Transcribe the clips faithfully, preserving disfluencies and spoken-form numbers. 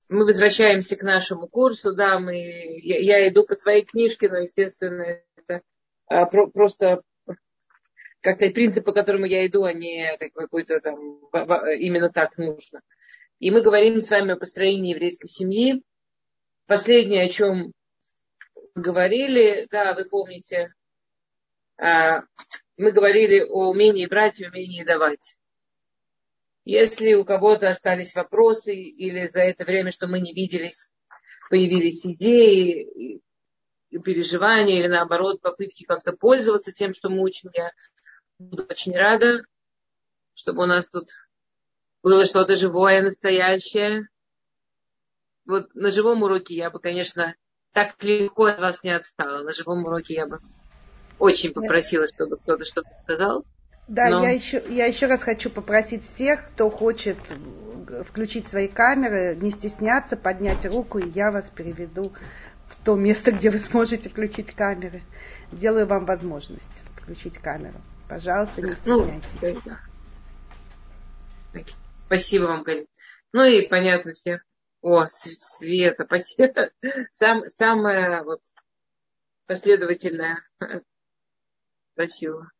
Мы возвращаемся к нашему курсу, да, мы, я, я иду по своей книжке, но, естественно, это а, про, просто как-то принцип, по которому я иду, а не какой-то там, именно так нужно. И мы говорим с вами о построении еврейской семьи. Последнее, о чем мы говорили, да, вы помните, а, мы говорили о умении брать и умении давать. Если у кого-то остались вопросы или за это время, что мы не виделись, появились идеи, переживания или наоборот попытки как-то пользоваться тем, что мы учим, я буду очень рада, чтобы у нас тут было что-то живое, настоящее. Вот на живом уроке я бы, конечно, так легко от вас не отстала. На живом уроке я бы очень попросила, чтобы кто-то что-то сказал. Да, Но... я еще, я еще раз хочу попросить всех, кто хочет включить свои камеры, не стесняться, поднять руку, и я вас переведу в то место, где вы сможете включить камеры. Делаю вам возможность включить камеру. Пожалуйста, не стесняйтесь. Ну, спасибо вам, Галина. Ну и понятно всех. О, Света, спасибо. Сам, самая вот последовательная. Спасибо.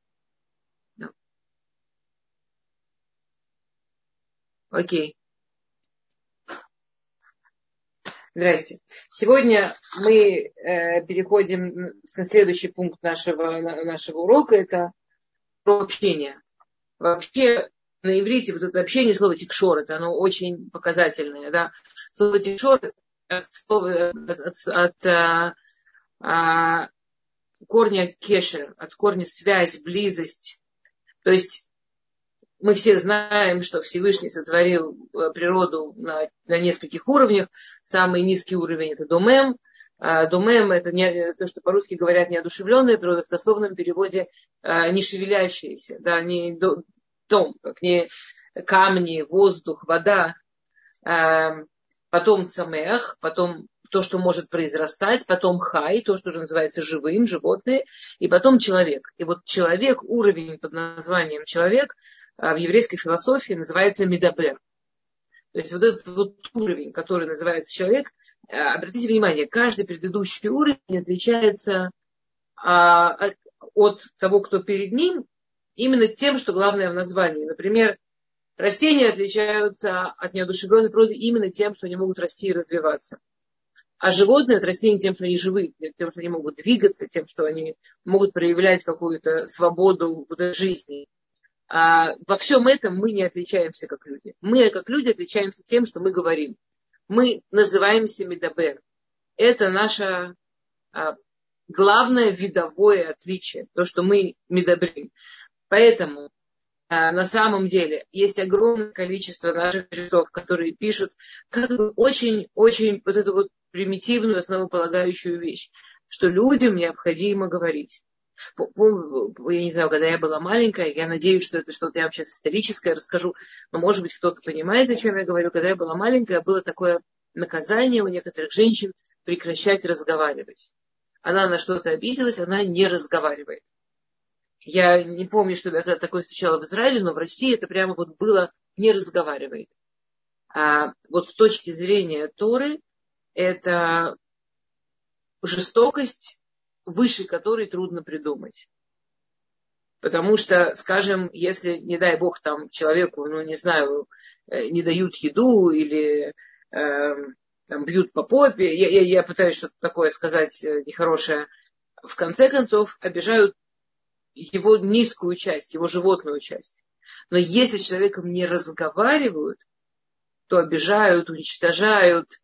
Окей. Здрасте. Сегодня мы э, переходим на следующий пункт нашего, нашего урока. Это про общение. Вообще на иврите вот это общение, слово тикшорет, оно очень показательное. Да? Слово тикшорет от, от, от а, а, корня кешер, от корня связь, близость. То есть мы все знаем, что Всевышний сотворил природу на, на нескольких уровнях. Самый низкий уровень – это домем. А домем – это не, то, что по-русски говорят неодушевленная природа, в дословном переводе а, не шевелящаяся, да, не до, дом, как не камни, воздух, вода. А, потом цамех, потом то, что может произрастать, потом хай, то, что уже называется живым, животные, и потом человек. И вот человек, уровень под названием человек – в еврейской философии называется медабер. То есть вот этот вот уровень, который называется человек, обратите внимание, каждый предыдущий уровень отличается от того, кто перед ним, именно тем, что главное в названии. Например, растения отличаются от неодушевленной природы именно тем, что они могут расти и развиваться. А животные от растений тем, что они живые, тем, что они могут двигаться, тем, что они могут проявлять какую-то свободу в жизни. А во всем этом мы не отличаемся как люди. Мы как люди отличаемся тем, что мы говорим. Мы называемся медабер. Это наше а, главное видовое отличие. То, что мы медабрим. Поэтому а, на самом деле есть огромное количество наших жрецов, которые пишут как бы очень-очень вот эту вот примитивную, основополагающую вещь, что людям необходимо говорить. Я не знаю, когда я была маленькая, я надеюсь, что это что-то я вам сейчас историческое расскажу, но, может быть, кто-то понимает, о чем я говорю. Когда я была маленькая, было такое наказание у некоторых женщин прекращать разговаривать. Она на что-то обиделась, она не разговаривает. Я не помню, что я такое встречала в Израиле, но в России это прямо вот было не разговаривает. А вот с точки зрения Торы, это жестокость, выше которой трудно придумать. Потому что, скажем, если, не дай бог, там человеку, ну, не знаю, не дают еду или э, там, бьют по попе, я, я, я пытаюсь что-то такое сказать нехорошее, в конце концов обижают его низкую часть, его животную часть. Но если с человеком не разговаривают, то обижают, уничтожают,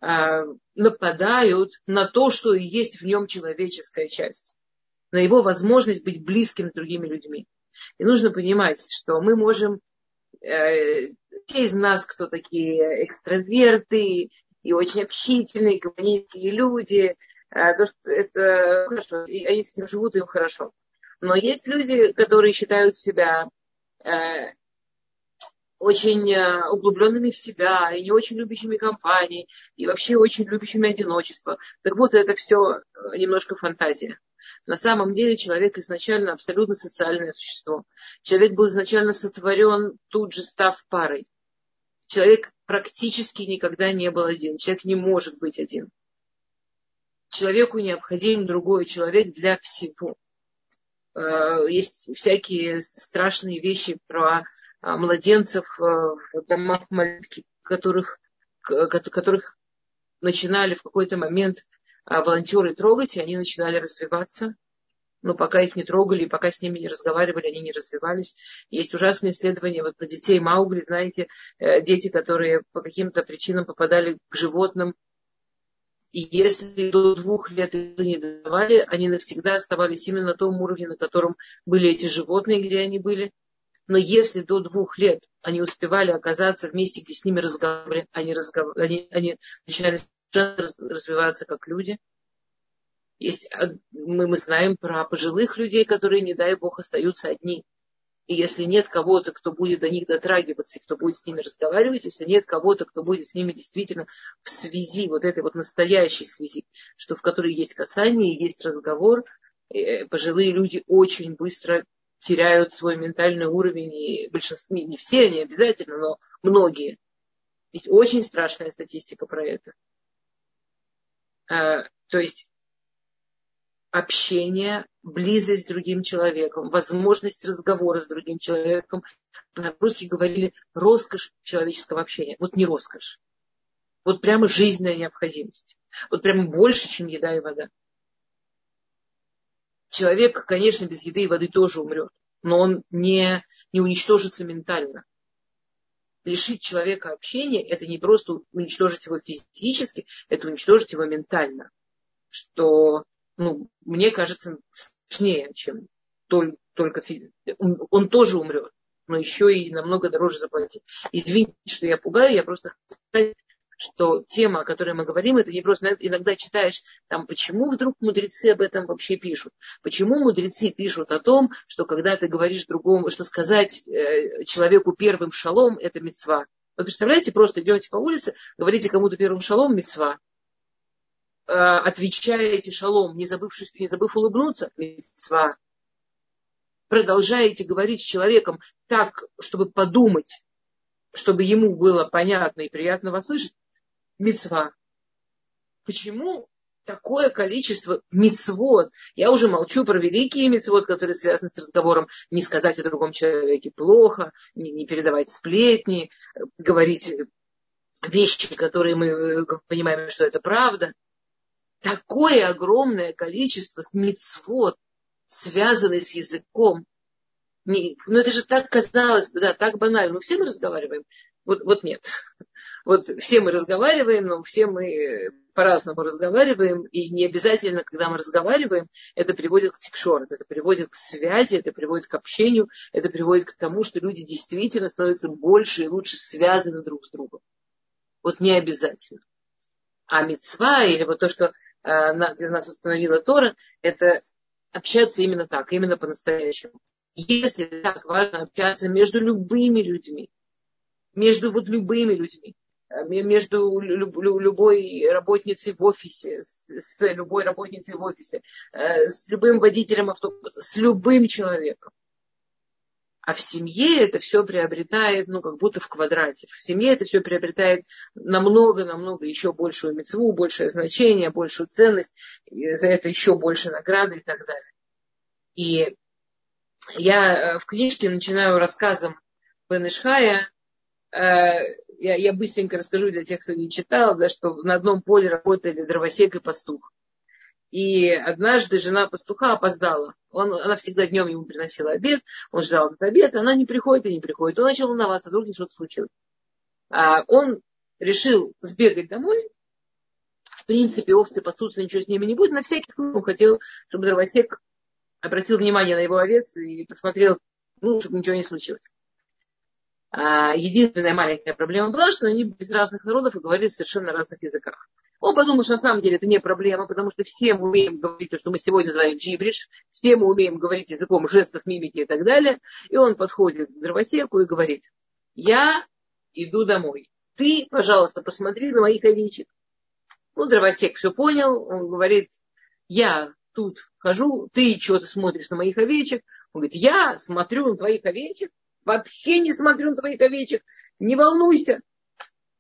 нападают на то, что и есть в нем человеческая часть, на его возможность быть близким с другими людьми. И нужно понимать, что мы можем, э, те из нас, кто такие экстраверты и очень общительные, гуманистские люди, э, то, что это хорошо, и они с этим живут, им хорошо. Но есть люди, которые считают себя э, очень углубленными в себя, и не очень любящими компании, и вообще очень любящими одиночество. Так вот, это все немножко фантазия. На самом деле человек изначально абсолютно социальное существо. Человек был изначально сотворен, тут же став парой. Человек практически никогда не был один. Человек не может быть один. Человеку необходим другой человек для всего. Есть всякие страшные вещи про младенцев в домах молитвы, которых, которых начинали в какой-то момент волонтеры трогать, и они начинали развиваться. Но пока их не трогали, и пока с ними не разговаривали, они не развивались. Есть ужасные исследования вот, на детей Маугли, знаете, дети, которые по каким-то причинам попадали к животным. И если до двух лет их не давали, они навсегда оставались именно на том уровне, на котором были эти животные, где они были. Но если до двух лет они успевали оказаться в месте, где с ними разговаривали, они, разгов... они, они начинали развиваться как люди. Есть, мы, мы знаем про пожилых людей, которые, не дай Бог, остаются одни. И если нет кого-то, кто будет до них дотрагиваться, кто будет с ними разговаривать, если нет кого-то, кто будет с ними действительно в связи, вот этой вот настоящей связи, что в которой есть касание, есть разговор, пожилые люди очень быстро теряют свой ментальный уровень, и большинство, не все они обязательно, но многие. Есть очень страшная статистика про это. А, то есть общение, близость с другим человеком, возможность разговора с другим человеком. По-русски говорили роскошь человеческого общения. Вот не роскошь. Вот прямо жизненная необходимость. Вот прямо больше, чем еда и вода. Человек, конечно, без еды и воды тоже умрет, но он не, не уничтожится ментально. Лишить человека общения – это не просто уничтожить его физически, это уничтожить его ментально. Что, ну, мне кажется, страшнее, чем только физически. Он, он тоже умрет, но еще и намного дороже заплатит. Извините, что я пугаю, я просто хочу сказать, что тема, о которой мы говорим, это не просто... Иногда читаешь, там, почему вдруг мудрецы об этом вообще пишут? Почему мудрецы пишут о том, что когда ты говоришь другому, что сказать э, человеку первым шалом, это мицва. Вы представляете, просто идете по улице, говорите кому-то первым шалом, мицва. Э, отвечаете шалом, не, забывшись, не забыв улыбнуться, мицва. Продолжаете говорить с человеком так, чтобы подумать, чтобы ему было понятно и приятно вас слышать, мицва. Почему такое количество мицвот? Я уже молчу про великие мицвот, которые связаны с разговором. Не сказать о другом человеке плохо, не, не передавать сплетни, говорить вещи, которые мы понимаем, что это правда. Такое огромное количество мицвот, связанных с языком. Не, ну это же так казалось бы, да, так банально. Ну все мы разговариваем. Вот, вот нет. Вот все мы разговариваем, но все мы по-разному разговариваем, и не обязательно, когда мы разговариваем, это приводит к тикшорот, это приводит к связи, это приводит к общению, это приводит к тому, что люди действительно становятся больше и лучше связаны друг с другом. Вот не обязательно. А мицва, или вот то, что э, для нас установила Тора, это общаться именно так, именно по-настоящему. Если так важно общаться между любыми людьми, между вот любыми людьми, между любой работницей в офисе, с любой работницей в офисе, с любым водителем автобуса, с любым человеком. А в семье это все приобретает, ну, как будто в квадрате. В семье это все приобретает намного-намного еще большую мицву, большее значение, большую ценность, и за это еще больше награды и так далее. И я в книжке начинаю рассказом Бен Иш Хая. Я, я быстренько расскажу для тех, кто не читал, да, что на одном поле работали дровосек и пастух. И однажды жена пастуха опоздала. Он, она всегда днем ему приносила обед, он ждал этот обед, она не приходит и не приходит. Он начал волноваться, вдруг что-то случилось. А он решил сбегать домой. В принципе, овцы пасутся, ничего с ними не будет. На всякий случай он хотел, чтобы дровосек обратил внимание на его овец и посмотрел, ну, чтобы ничего не случилось. А единственная маленькая проблема была, что они из разных народов и говорили в совершенно разных языках. Он подумал, что на самом деле это не проблема, потому что все мы умеем говорить то, что мы сегодня называем джибриш, все мы умеем говорить языком жестов, мимики и так далее. И он подходит к дровосеку и говорит: я иду домой. Ты, пожалуйста, посмотри на моих овечек. Ну, дровосек все понял, он говорит: я тут хожу, ты что-то смотришь на моих овечек. Он говорит: я смотрю на твоих овечек, вообще не смотрю на твоих овечек, не волнуйся.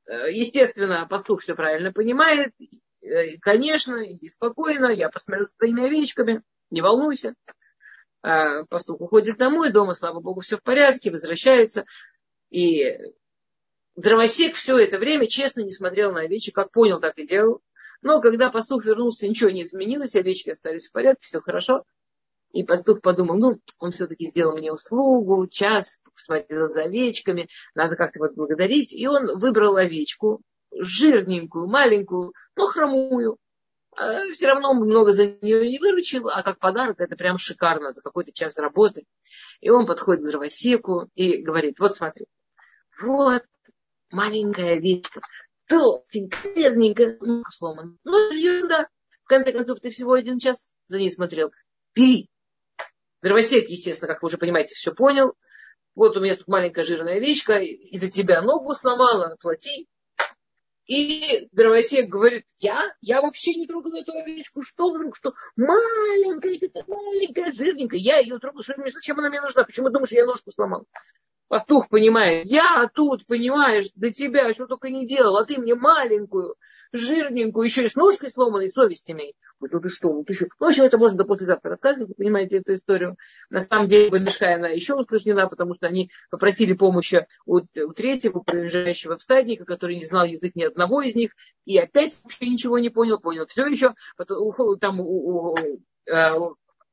естественно, пастух все правильно понимает. Конечно, иди спокойно, я посмотрю за твоими овечками, не волнуйся. Пастух уходит домой, дома, слава богу, все в порядке, возвращается. И дровосек все это время честно не смотрел на овечек, как понял, так и делал. Но когда пастух вернулся, ничего не изменилось, овечки остались в порядке, все хорошо. И пастух подумал, ну, он все-таки сделал мне услугу, час посмотрел за овечками, надо как-то вот благодарить. И он выбрал овечку, жирненькую, маленькую, но хромую. А все равно много за нее не выручил, а как подарок это прям шикарно, за какой-то час работы. И он подходит к дровосеку и говорит, вот смотри, вот маленькая овечка, толстенькая, жирненькая, ну, сломанная. Ну, это же ерунда. В конце концов, ты всего один час за ней смотрел. Бери. Дровосек, естественно, как вы уже понимаете, все понял. Вот у меня тут маленькая жирная овечка, из-за тебя ногу сломала, плати. И дровосек говорит, я? Я вообще не трогал эту овечку. Что вдруг? Что маленькая, маленькая, жирненькая. Я ее трогал. Что, зачем она мне нужна? Почему думаешь, я ножку сломал? Пастух понимает, я тут, понимаешь, до тебя что только не делал, а ты мне маленькую, жирненькую, еще и с ножкой сломанной, совесть имеет. Вот, ну ты что, ну ты еще. Ну, в общем, это можно до послезавтра рассказывать, вы понимаете эту историю. На самом деле, Бен-Ишхай, она еще усложнена, потому что они попросили помощи у, у третьего, приезжающего всадника, который не знал язык ни одного из них, и опять вообще ничего не понял, понял все еще. Потом, там у, у, у,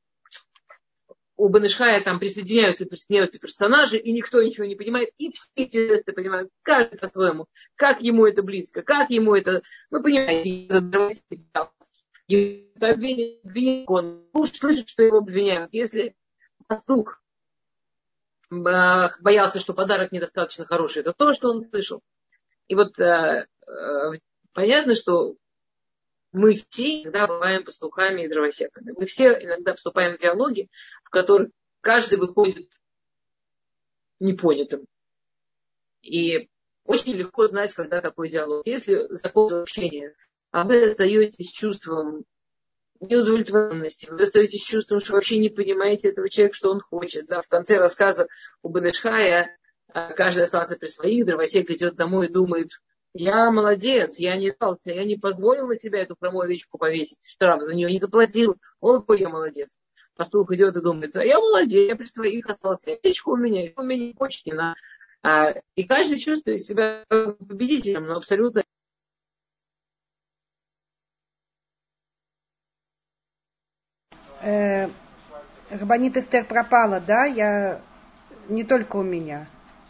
у Бен-Ишхая там присоединяются, присоединяются персонажи, и никто ничего не понимает, и все эти тесты понимают, каждый по-своему, как ему это близко, как ему это, ну, понимаете, он слышит, что его обвиняют. Если пастух боялся, что подарок недостаточно хороший, это то, что он слышал. И вот э, э, понятно, что мы все иногда бываем пастухами и дровосеками. Мы все иногда вступаем в диалоги, в которых каждый выходит непонятым. И очень легко знать, когда такой диалог. Если закон общения, а вы остаетесь с чувством неудовлетворенности, вы остаетесь с чувством, что вообще не понимаете этого человека, что он хочет. Да? В конце рассказа у Бен-Ишхая каждый остался при своих, дровосек идет домой и думает, я молодец, я не стался, я не позволил на себя эту хромую овечку повесить, штраф за нее не заплатил, ой, какой я молодец. Пастух идет и думает, а я молодец, я при своих остался, овечка у меня, у меня не хочет, не надо. А, и каждый чувствует себя победителем, но абсолютно. Э, Рабанит Эстер пропала, да? Я не только у меня.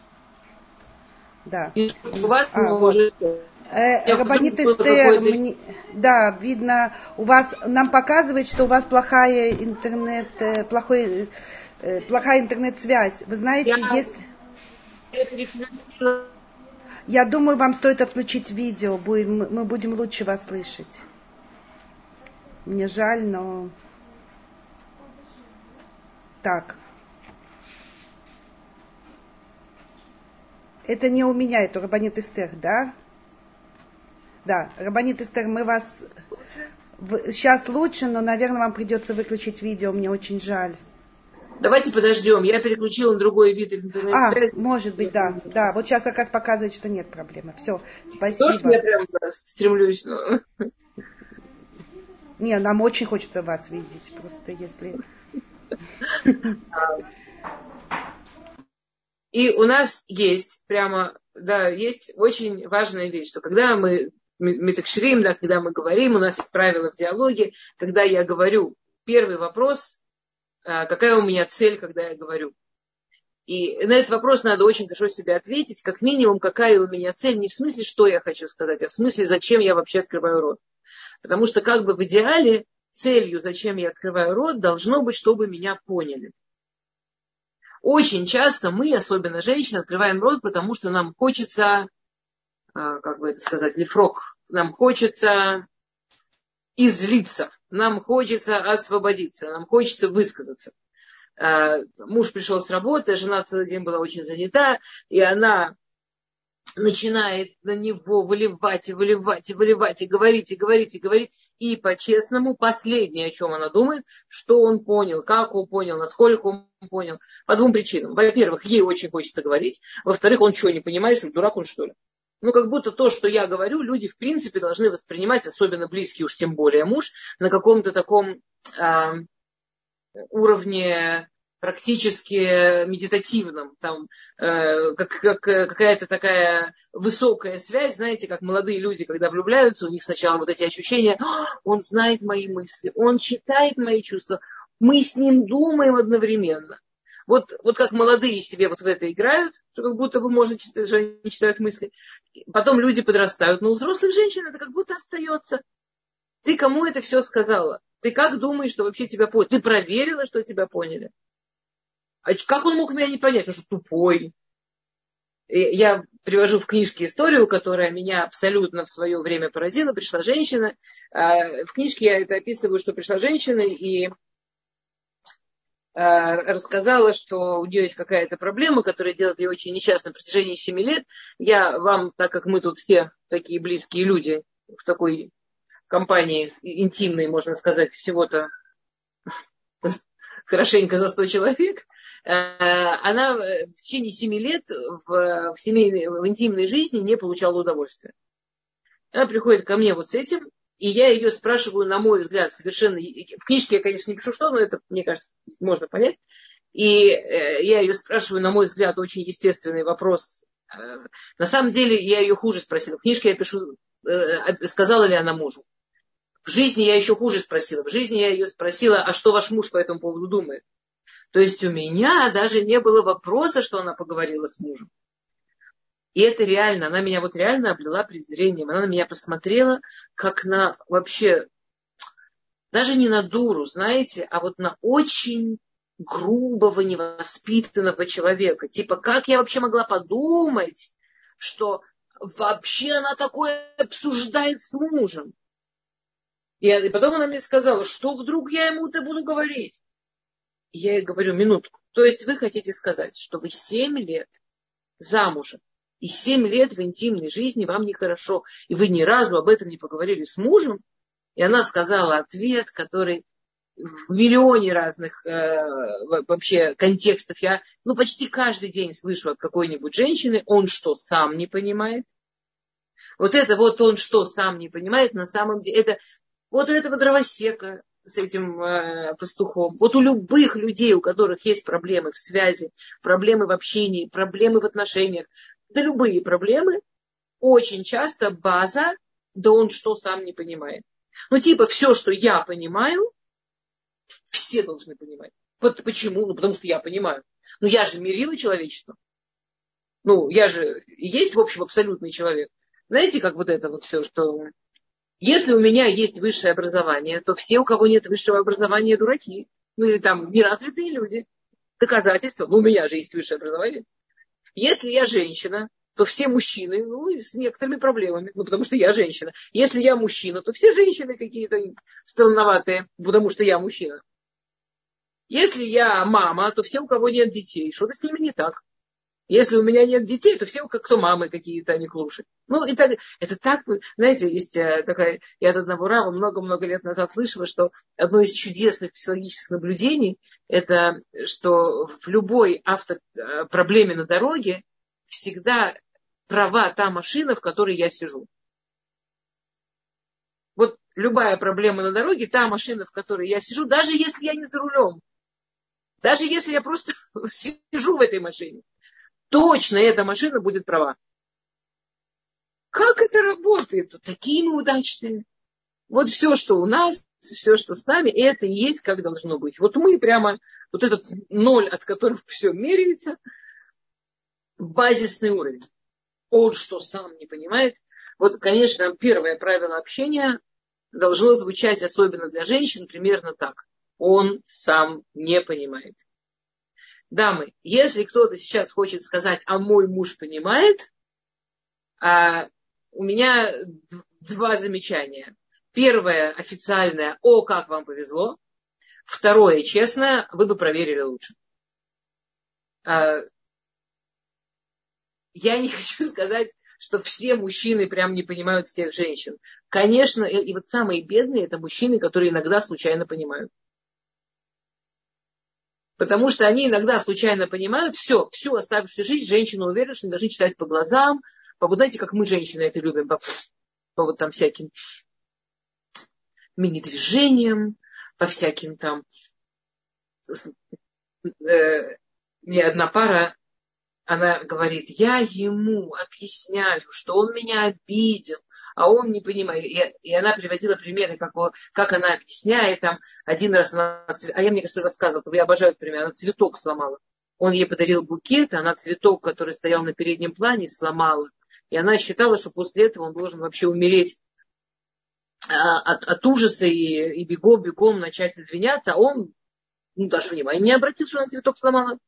Да. И у вас а, может... э, Рабанит Эстер, мне, да, видно, у вас нам показывает, что у вас плохая интернет, э, плохой, э, плохая интернет-связь. Вы знаете, Я... есть. Я думаю, вам стоит отключить видео, будем, мы будем лучше вас слышать. Мне жаль, но так. Это не у меня, это Рабанит Эстер, да? Да, Рабанит Эстер, мы вас... Сейчас лучше, но, наверное, вам придется выключить видео, мне очень жаль. Давайте подождем, я переключила на другой вид интернет-связи. А, может быть, да, да, вот сейчас как раз показывает, что нет проблемы. Все, спасибо. То, что я прям стремлюсь, но... Не, нам очень хочется вас видеть, просто если... И у нас есть прямо, да, есть очень важная вещь, что когда мы метакширим, да, когда мы говорим, у нас есть правила в диалоге, когда я говорю, первый вопрос, какая у меня цель, когда я говорю. И на этот вопрос надо очень хорошо себе ответить, как минимум, какая у меня цель, не в смысле, что я хочу сказать, а в смысле, зачем я вообще открываю рот. Потому что как бы в идеале целью, зачем я открываю рот, должно быть, чтобы меня поняли. Очень часто мы, особенно женщины, открываем рот, потому что нам хочется, как бы это сказать, лифрок, нам хочется излиться, нам хочется освободиться, нам хочется высказаться. Муж пришел с работы, жена целый день была очень занята, и она начинает на него выливать и выливать и выливать, и говорить, и говорить, и говорить. И по-честному, последнее, о чем она думает, что он понял, как он понял, насколько он понял. По двум причинам. Во-первых, ей очень хочется говорить. Во-вторых, он что, не понимает, что дурак он, что ли? Ну, как будто то, что я говорю, люди, в принципе, должны воспринимать, особенно близкие, уж тем более муж, на каком-то таком а, уровне практически медитативном. Там э, как, как, какая-то такая высокая связь, знаете, как молодые люди, когда влюбляются, у них сначала вот эти ощущения, он знает мои мысли, он читает мои чувства, мы с ним думаем одновременно. Вот, вот как молодые себе вот в это играют, что как будто бы можно читать, что они читают мысли. Потом люди подрастают, но у взрослых женщин это как будто остается. Ты кому это все сказала? Ты как думаешь, что вообще тебя поняли? Ты проверила, что тебя поняли? А как он мог меня не понять? Он что, тупой? Я привожу в книжке историю, которая меня абсолютно в свое время поразила. Пришла женщина. В книжке я это описываю, что пришла женщина и рассказала, что у нее есть какая-то проблема, которая делает ее очень несчастной на протяжении семи лет. Я вам, так как мы тут все такие близкие люди, в такой компании интимной, можно сказать, всего-то хорошенько за сто человек, она в течение семи лет в, в, семейной, в интимной жизни не получала удовольствия. Она приходит ко мне вот с этим, и я ее спрашиваю, на мой взгляд, совершенно... В книжке я, конечно, не пишу что, но это, мне кажется, можно понять. И я ее спрашиваю, на мой взгляд, очень естественный вопрос. На самом деле, я ее хуже спросила. В книжке я пишу, сказала ли она мужу. В жизни я еще хуже спросила. В жизни я ее спросила, а что ваш муж по этому поводу думает? То есть у меня даже не было вопроса, что она поговорила с мужем. И это реально, она меня вот реально облила презрением. Она на меня посмотрела, как на вообще, даже не на дуру, знаете, а вот на очень грубого, невоспитанного человека. Типа, как я вообще могла подумать, что вообще она такое обсуждает с мужем? И, и потом она мне сказала, что вдруг я ему-то буду говорить? И я ей говорю, минутку. То есть вы хотите сказать, что вы семь лет замужем, и семь лет в интимной жизни вам нехорошо, и вы ни разу об этом не поговорили с мужем? И она сказала ответ, который в миллионе разных э, вообще контекстов я ну, почти каждый день слышу от какой-нибудь женщины, он что, сам не понимает? Вот это вот он что, сам не понимает, на самом деле, это вот у этого дровосека с этим э, пастухом, вот у любых людей, у которых есть проблемы в связи, проблемы в общении, проблемы в отношениях, да любые проблемы, очень часто база, да он что, сам не понимает. Ну, типа, все, что я понимаю, все должны понимать. Почему? Ну, потому что я понимаю. Ну, я же мерила человечество. Ну, я же и есть, в общем, абсолютный человек. Знаете, как вот это вот все, что... Если у меня есть высшее образование, то все, у кого нет высшего образования, дураки. Ну, или там неразвитые люди. Доказательства. Ну, у меня же есть высшее образование. Если я женщина, то все мужчины, ну, с некоторыми проблемами, ну, потому что я женщина. Если я мужчина, то все женщины какие-то странноватые, потому что я мужчина. Если я мама, то все, у кого нет детей, что-то с ними не так. Если у меня нет детей, то все, кто мамы какие-то, они клуши. Ну, и так, это так, знаете, есть такая, я от одного рава много-много лет назад слышала, что одно из чудесных психологических наблюдений, это что в любой автопроблеме на дороге всегда права та машина, в которой я сижу. Вот любая проблема на дороге, та машина, в которой я сижу, даже если я не за рулем, даже если я просто сижу в этой машине, точно эта машина будет права. Как это работает? Такие мы удачные. Вот все, что у нас, все, что с нами, это и есть, как должно быть. Вот мы прямо, вот этот ноль, от которого все меряется, базисный уровень. Он что сам не понимает. Вот, конечно, первое правило общения должно звучать, особенно для женщин, примерно так. Он сам не понимает. Дамы, если кто-то сейчас хочет сказать, а мой муж понимает, а, у меня два замечания. Первое официальное, о, как вам повезло. Второе, честно, вы бы проверили лучше. А, я не хочу сказать, что все мужчины прям не понимают всех женщин. Конечно, и, и вот самые бедные, это мужчины, которые иногда случайно понимают. Потому что они иногда случайно понимают, все, всю оставшуюся жизнь женщины уверены, что они должны читать по глазам, По, вот знаете, как мы, женщины, это любим, по, по вот там всяким мини-движениям, по всяким там... Э, мне одна пара, она говорит, я ему объясняю, что он меня обидел, а он не понимает. И, и она приводила примеры, как, как она объясняет. Там, один раз она... А я, мне кажется, рассказывала, я обожаю этот пример. Она цветок сломала. Он ей подарил букет, а она цветок, который стоял на переднем плане, сломала. И она считала, что после этого он должен вообще умереть от, от ужаса и, и бегом-бегом начать извиняться. А он ну, даже внимания не обратил, что она цветок сломала.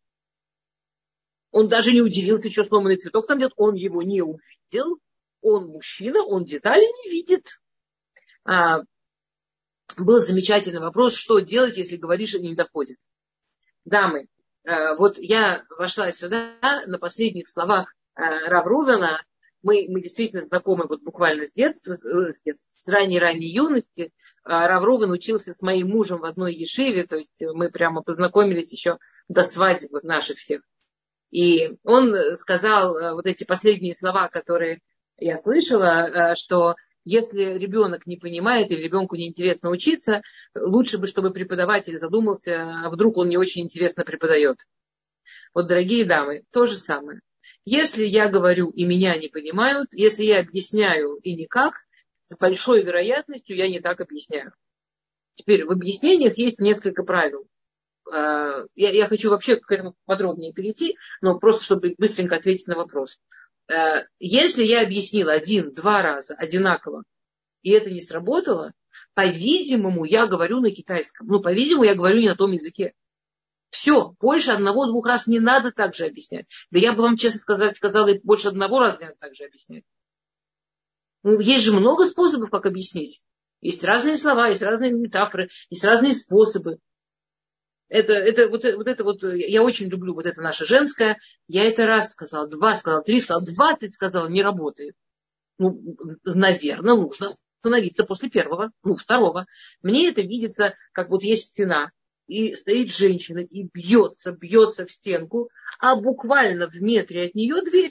Он даже не удивился, что сломанный цветок там идет. Он его не увидел. Он мужчина, он детали не видит. А, был замечательный вопрос, что делать, если говоришь, и не доходит. Дамы, а, вот я вошла сюда на последних словах а, Рав Рувена. Мы, мы действительно знакомы вот буквально с детства, с, детства, с ранней-ранней юности. А, Рав Рувен учился с моим мужем в одной ешиве, то есть мы прямо познакомились еще до свадьбы наших всех. И он сказал вот эти последние слова, которые я слышала, что если ребенок не понимает или ребенку неинтересно учиться, лучше бы, чтобы преподаватель задумался, а вдруг он не очень интересно преподает. Вот, дорогие дамы, то же самое. Если я говорю и меня не понимают, если я объясняю и никак, с большой вероятностью я не так объясняю. Теперь в объяснениях есть несколько правил. Я, я хочу вообще к этому подробнее перейти, но просто чтобы быстренько ответить на вопрос. Если я объяснила один-два раза одинаково, и это не сработало, по-видимому, я говорю на китайском. Ну, по-видимому, я говорю не на том языке. Все, больше одного-двух раз не надо так же объяснять. Да я бы вам, честно сказать, сказала, и больше одного раза не надо так же объяснять. Ну, есть же много способов, как объяснить. Есть разные слова, есть разные метафоры, есть разные способы. Это, это, вот, вот это вот, я очень люблю вот это наше женское. Я это раз сказала, два сказала, три сказала, двадцать сказала, не работает. Ну, наверное, нужно остановиться после первого, ну, второго. Мне это видится, как вот есть стена, и стоит женщина, и бьется, бьется в стенку, а буквально в метре от нее дверь.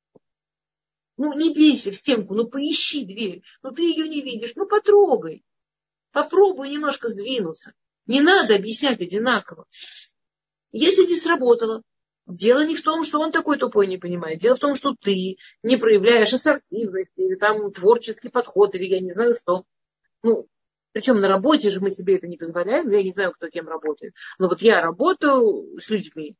Ну, не бейся в стенку, ну, поищи дверь. Ну, ты ее не видишь, ну, потрогай. Попробуй немножко сдвинуться. Не надо объяснять одинаково. Если не сработало, дело не в том, что он такой тупой не понимает. Дело в том, что ты не проявляешь ассертивность, или там творческий подход, или я не знаю что. Ну, причем на работе же мы себе это не позволяем. Я не знаю, кто кем работает. Но вот я работаю с людьми.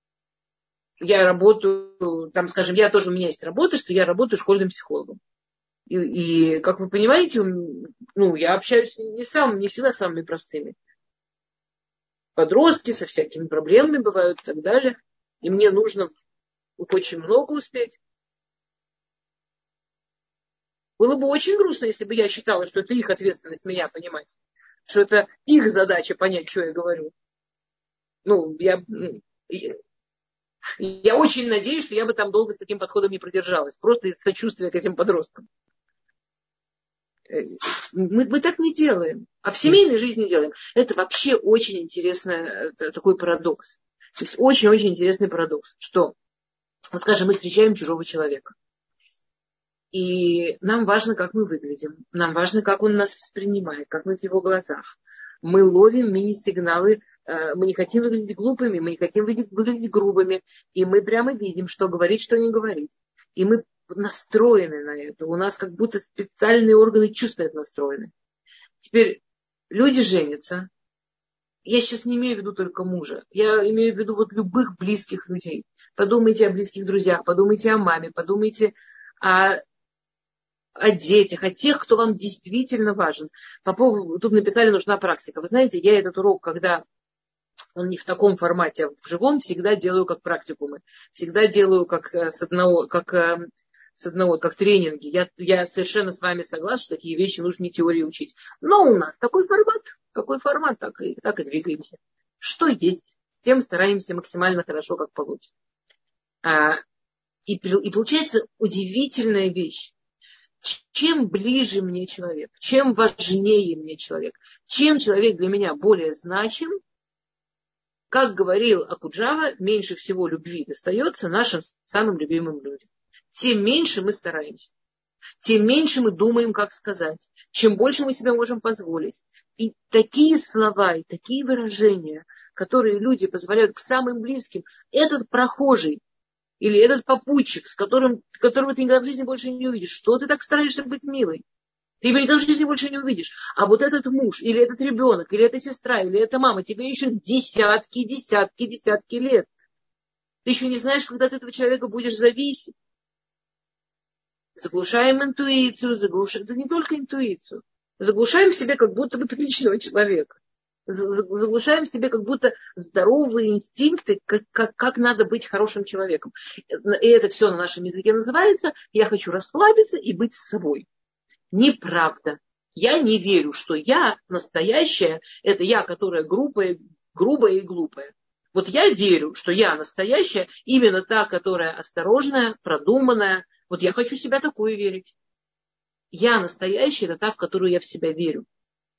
Я работаю, там, скажем, я тоже, у меня есть работа, что я работаю школьным психологом. И, и как вы понимаете, ну, я общаюсь не, сам, не всегда с самыми простыми. Подростки со всякими проблемами бывают и так далее. И мне нужно очень много успеть. Было бы очень грустно, если бы я считала, что это их ответственность меня понимать. Что это их задача понять, что я говорю. Ну, я, я очень надеюсь, что я бы там долго с таким подходом не продержалась. Просто из сочувствия к этим подросткам. Мы, мы так не делаем. А в семейной жизни делаем. Это вообще очень интересный такой парадокс. То есть очень-очень интересный парадокс. Что, вот скажем, мы встречаем чужого человека. И нам важно, как мы выглядим. Нам важно, как он нас воспринимает, как мы в его глазах. Мы ловим мини-сигналы. Мы не хотим выглядеть глупыми, мы не хотим выглядеть грубыми. И мы прямо видим, что говорить, что не говорить. И мы настроены на это. У нас как будто специальные органы чувств на это настроены. Теперь люди женятся. Я сейчас не имею в виду только мужа. Я имею в виду вот любых близких людей. Подумайте о близких друзьях, подумайте о маме, подумайте о, о детях, о тех, кто вам действительно важен. По поводу, тут написали, нужна практика. Вы знаете, я этот урок, когда он не в таком формате, а в живом, всегда делаю как практикумы. Всегда делаю как с одного, как с одного, как тренинги. Я, я совершенно с вами согласна, что такие вещи нужно не теории учить. Но у нас такой формат, какой формат, так и, так и двигаемся. Что есть, тем стараемся максимально хорошо, как получится. А, и, и получается удивительная вещь. Чем ближе мне человек, чем важнее мне человек, чем человек для меня более значим, как говорил Акуджава, меньше всего любви достается нашим самым любимым людям. тем меньше мы стараемся. Тем меньше мы думаем, как сказать. Чем больше мы себе можем позволить. И такие слова, и такие выражения, которые люди позволяют к самым близким, этот прохожий или этот попутчик, с которым, которого ты никогда в жизни больше не увидишь, что ты так стараешься быть милой? Ты его никогда в жизни больше не увидишь. А вот этот муж, или этот ребенок, или эта сестра, или эта мама, тебе еще десятки, десятки, десятки лет. Ты еще не знаешь, когда ты от этого человека будешь зависеть. Заглушаем интуицию, заглушаем, да не только интуицию. Заглушаем в себе как будто бы приличного человека. Заглушаем в себе как будто здоровые инстинкты, как, как, как надо быть хорошим человеком. И это все на нашем языке называется «я хочу расслабиться и быть с собой». Неправда. Я не верю, что я настоящая, это я, которая грубая, грубая и глупая. Вот я верю, что я настоящая, именно та, которая осторожная, продуманная. Вот я хочу себя такой верить. Я настоящая, это та, в которую я в себя верю.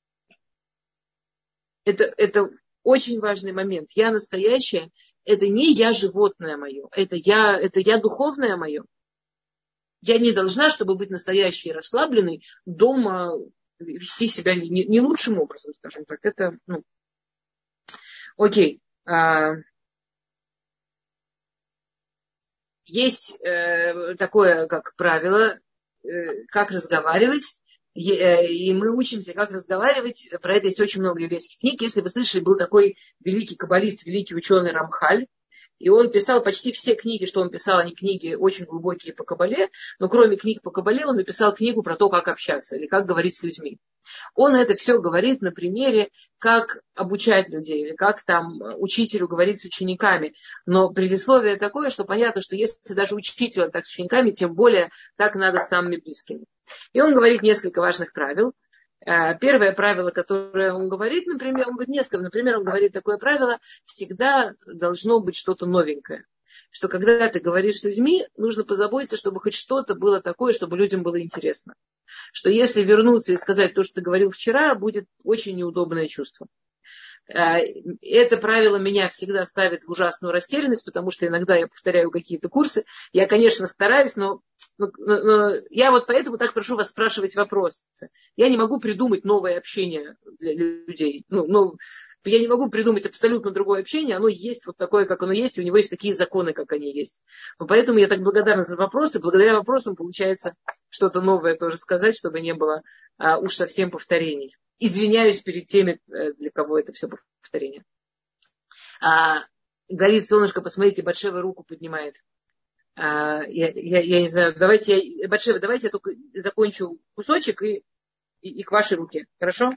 Это, это очень важный момент. Я настоящая, это не я животное мое, это я, это я духовное мое. Я не должна, чтобы быть настоящей и расслабленной, дома вести себя не, не лучшим образом, скажем так. Это, ну, окей. А, есть э, такое, как правило, э, как разговаривать. И, э, и мы учимся, как разговаривать. Про это есть очень много еврейских книг. Если вы слышали, был такой великий каббалист, великий ученый Рамхаль. И он писал почти все книги, что он писал, они книги очень глубокие по кабале, но кроме книг по кабале он написал книгу про то, как общаться или как говорить с людьми. Он это все говорит на примере, как обучать людей или как там учителю говорить с учениками. Но предисловие такое, что понятно, что если даже учителю так с учениками, тем более так надо с самыми близкими. И он говорит несколько важных правил. Первое правило, которое он говорит, например, он говорит несколько, например, он говорит такое правило: всегда должно быть что-то новенькое. Что когда ты говоришь с людьми, нужно позаботиться, чтобы хоть что-то было такое, чтобы людям было интересно. Что если вернуться и сказать то, что ты говорил вчера, будет очень неудобное чувство. Это правило меня всегда ставит в ужасную растерянность, потому что иногда я повторяю какие-то курсы. Я, конечно, стараюсь, но, но, но я вот поэтому так прошу вас спрашивать вопросы. Я не могу придумать новое общение для людей. Ну, ну, я не могу придумать абсолютно другое общение. Оно есть вот такое, как оно есть. У него есть такие законы, как они есть. Поэтому я так благодарна за вопросы. Благодаря вопросам получается что-то новое тоже сказать, чтобы не было а, уж совсем повторений. Извиняюсь перед теми, для кого это все повторение. А, горит солнышко, посмотрите, Батшева руку поднимает. А, я, я, я не знаю, давайте я, Батшева, давайте я только закончу кусочек и, и, и к вашей руке. Хорошо?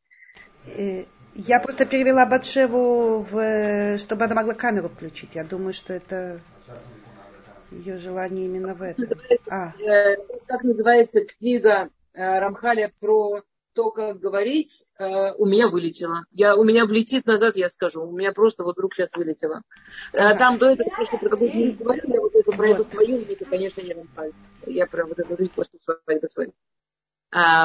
Я просто перевела Батшеву, в, чтобы она могла камеру включить. Я думаю, что это ее желание именно в этом. А. Как называется книга Рамхаля про то, как говорить, э, у меня вылетело. Я, у меня влетит назад, я скажу. У меня просто вот вдруг сейчас вылетело. Ага. Там до этого просто про какую-то не говорили, я вот это, про вот. Эту свою, это, конечно, не Рамхаль. Я про вот эту жизнь после свадьбы свою. А,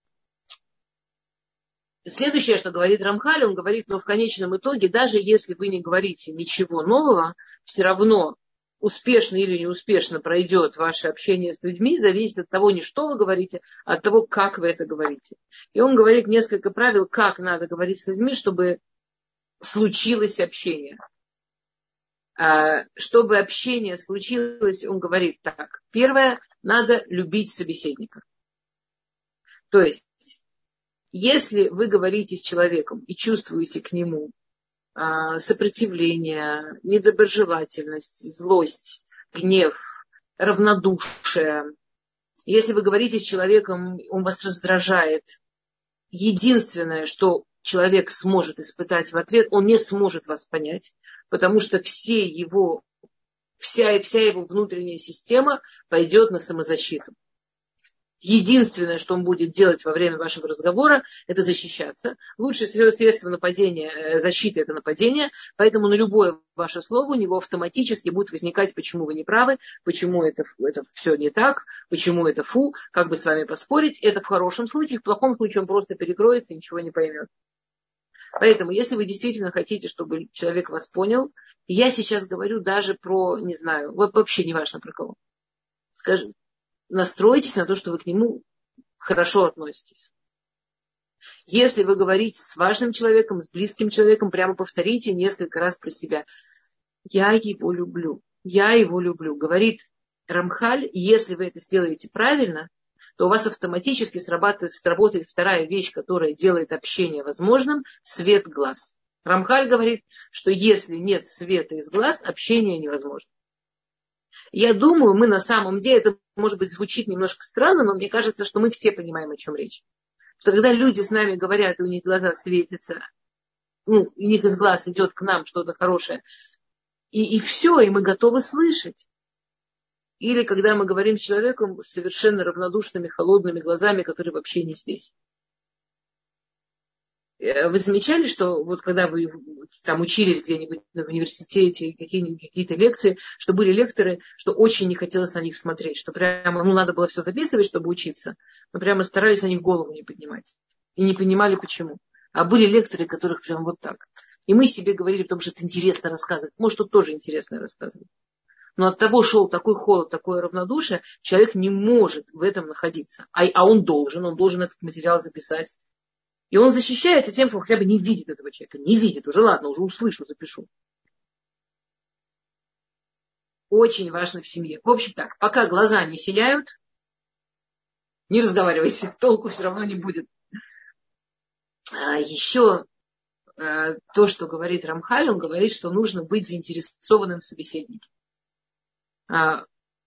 следующее, что говорит Рамхаль, он говорит, но в конечном итоге, даже если вы не говорите ничего нового, все равно успешно или неуспешно пройдет ваше общение с людьми, зависит от того, не что вы говорите, а от того, как вы это говорите. И он говорит несколько правил, как надо говорить с людьми, чтобы случилось общение. Чтобы общение случилось, он говорит так. Первое, надо любить собеседника. То есть, если вы говорите с человеком и чувствуете к нему сопротивление, недоброжелательность, злость, гнев, равнодушие. Если вы говорите с человеком, он вас раздражает, единственное, что человек сможет испытать в ответ, он не сможет вас понять, потому что все его, вся, вся его внутренняя система пойдет на самозащиту. Единственное, что он будет делать во время вашего разговора, это защищаться. Лучшее средство нападения, защиты – это нападение. Поэтому на любое ваше слово у него автоматически будет возникать, почему вы не правы, почему это, это все не так, почему это фу, как бы с вами поспорить. Это в хорошем случае. В плохом случае он просто перекроется и ничего не поймет. Поэтому, если вы действительно хотите, чтобы человек вас понял, я сейчас говорю даже про, не знаю, вообще не важно про кого. скажи, настройтесь на то, что вы к нему хорошо относитесь. Если вы говорите с важным человеком, с близким человеком, прямо повторите несколько раз про себя. Я его люблю. Я его люблю. Говорит Рамхаль, если вы это сделаете правильно, то у вас автоматически срабатывает, сработает вторая вещь, которая делает общение возможным – свет глаз. Рамхаль говорит, что если нет света из глаз, общение невозможно. Я думаю, мы на самом деле, это, может быть, звучит немножко странно, но мне кажется, что мы все понимаем, о чем речь. Что когда люди с нами говорят, и у них глаза светятся, ну, у них из глаз идет к нам что-то хорошее, и, и все, и мы готовы слышать. Или когда мы говорим с человеком с совершенно равнодушными, холодными глазами, который вообще не здесь. Вы замечали, что вот когда вы там учились где-нибудь в университете, какие-нибудь, какие-то лекции, что были лекторы, что очень не хотелось на них смотреть, что прямо, ну, надо было все записывать, чтобы учиться, но прямо старались на них голову не поднимать. И не понимали, почему. А были лекторы, которых прям вот так. И мы себе говорили, потому что это интересно рассказывать. Может, тут тоже интересно рассказывать. Но от того шел такой холод, такое равнодушие, человек не может в этом находиться. А, а он должен, он должен этот материал записать. И он защищается тем, что он хотя бы не видит этого человека. Не видит. Уже ладно, уже услышу, запишу. Очень важно в семье. В общем так, пока глаза не сияют, не разговаривайте. Толку все равно не будет. А еще а, то, что говорит Рамхаль, он говорит, что нужно быть заинтересованным в собеседнике. А,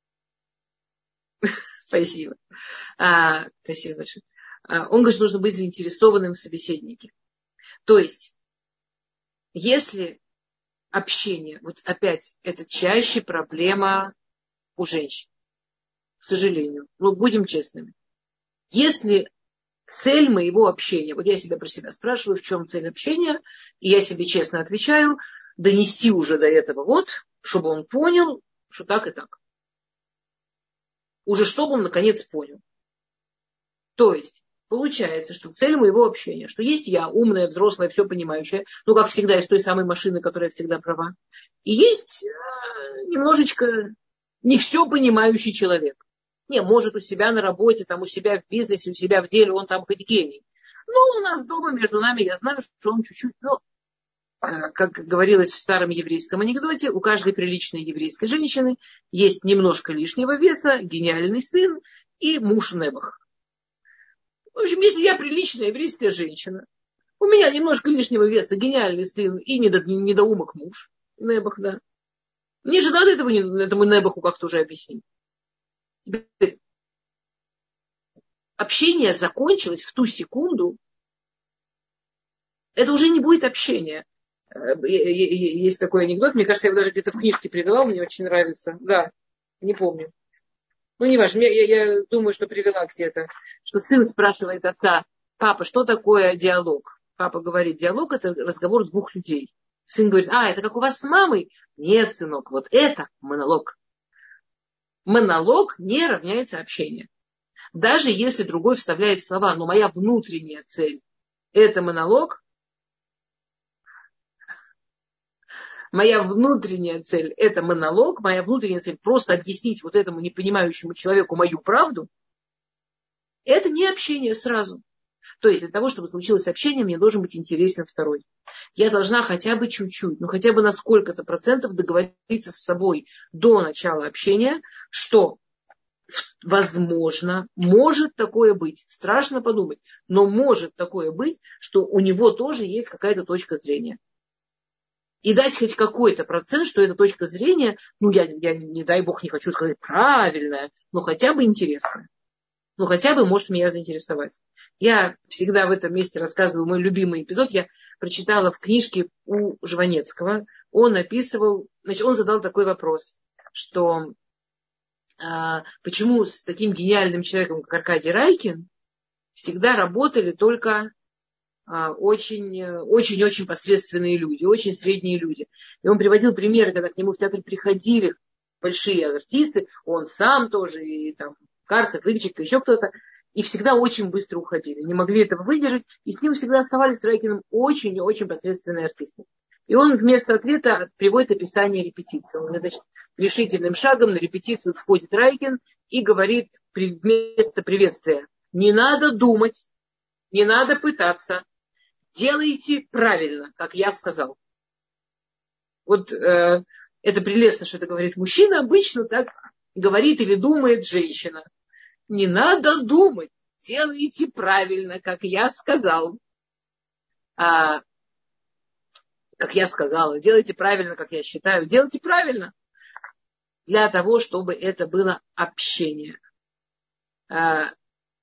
спасибо. А, спасибо большое. Он говорит, что нужно быть заинтересованным в собеседнике. То есть, если общение, вот опять, это чаще проблема у женщин, к сожалению. Ну, будем честными. Если цель моего общения, вот я себя про себя спрашиваю, в чем цель общения, и я себе честно отвечаю, донести уже до этого вот, чтобы он понял, что так и так. Уже чтобы он наконец понял. То есть, получается, что цель моего общения, что есть я, умная, взрослая, все понимающая, ну, как всегда, из той самой машины, которая всегда права, и есть э, немножечко не все понимающий человек. Не, может, у себя на работе, там, у себя в бизнесе, у себя в деле, он там хоть гений. Но у нас дома, между нами, я знаю, что он чуть-чуть, ну, э, как говорилось в старом еврейском анекдоте, у каждой приличной еврейской женщины есть немножко лишнего веса, гениальный сын и муж Небах. В общем, если я приличная еврейская женщина, у меня немножко лишнего веса, гениальный сын и недо, недоумок муж, Небах, да. Мне же надо этого, этому Небаху как-то уже объяснить. Теперь, общение закончилось в ту секунду, это уже не будет общение. Есть такой анекдот, мне кажется, я его даже где-то в книжке привела, мне очень нравится. Да, не помню. Ну, не важно, я, я думаю, что привела где-то, что сын спрашивает отца: папа, что такое диалог? Папа говорит: диалог – это разговор двух людей. Сын говорит: а, это как у вас с мамой? Нет, сынок, вот это монолог. Монолог не равняется общению. Даже если другой вставляет слова, но моя внутренняя цель – это монолог, моя внутренняя цель – это монолог, моя внутренняя цель – просто объяснить вот этому непонимающему человеку мою правду, это не общение сразу. То есть для того, чтобы случилось общение, мне должен быть интересен второй. Я должна хотя бы чуть-чуть, ну хотя бы на сколько-то процентов договориться с собой до начала общения, что возможно, может такое быть, страшно подумать, но может такое быть, что у него тоже есть какая-то точка зрения. И дать хоть какой-то процент, что эта точка зрения, ну, я, я не дай бог не хочу сказать правильная, но хотя бы интересная. Ну, хотя бы может меня заинтересовать. Я всегда в этом месте рассказываю мой любимый эпизод. Я прочитала в книжке у Жванецкого. Он описывал, значит, он задал такой вопрос, что а, почему с таким гениальным человеком, как Аркадий Райкин, всегда работали только очень-очень посредственные люди, очень средние люди. И он приводил примеры, когда к нему в театр приходили большие артисты, он сам тоже, и там Карцев, Ильчик, еще кто-то, и всегда очень быстро уходили, не могли этого выдержать, и с ним всегда оставались с Райкиным очень-очень посредственные артисты. И он вместо ответа приводит описание репетиции. Он говорит: значит, решительным шагом на репетицию входит Райкин и говорит вместо приветствия: не надо думать, не надо пытаться, делайте правильно, как я сказал. Вот э, это прелестно, что это говорит мужчина, обычно так говорит или думает женщина. Не надо думать, делайте правильно, как я сказал. А, как я сказала, делайте правильно, как я считаю, делайте правильно. Для того, чтобы это было общение. А,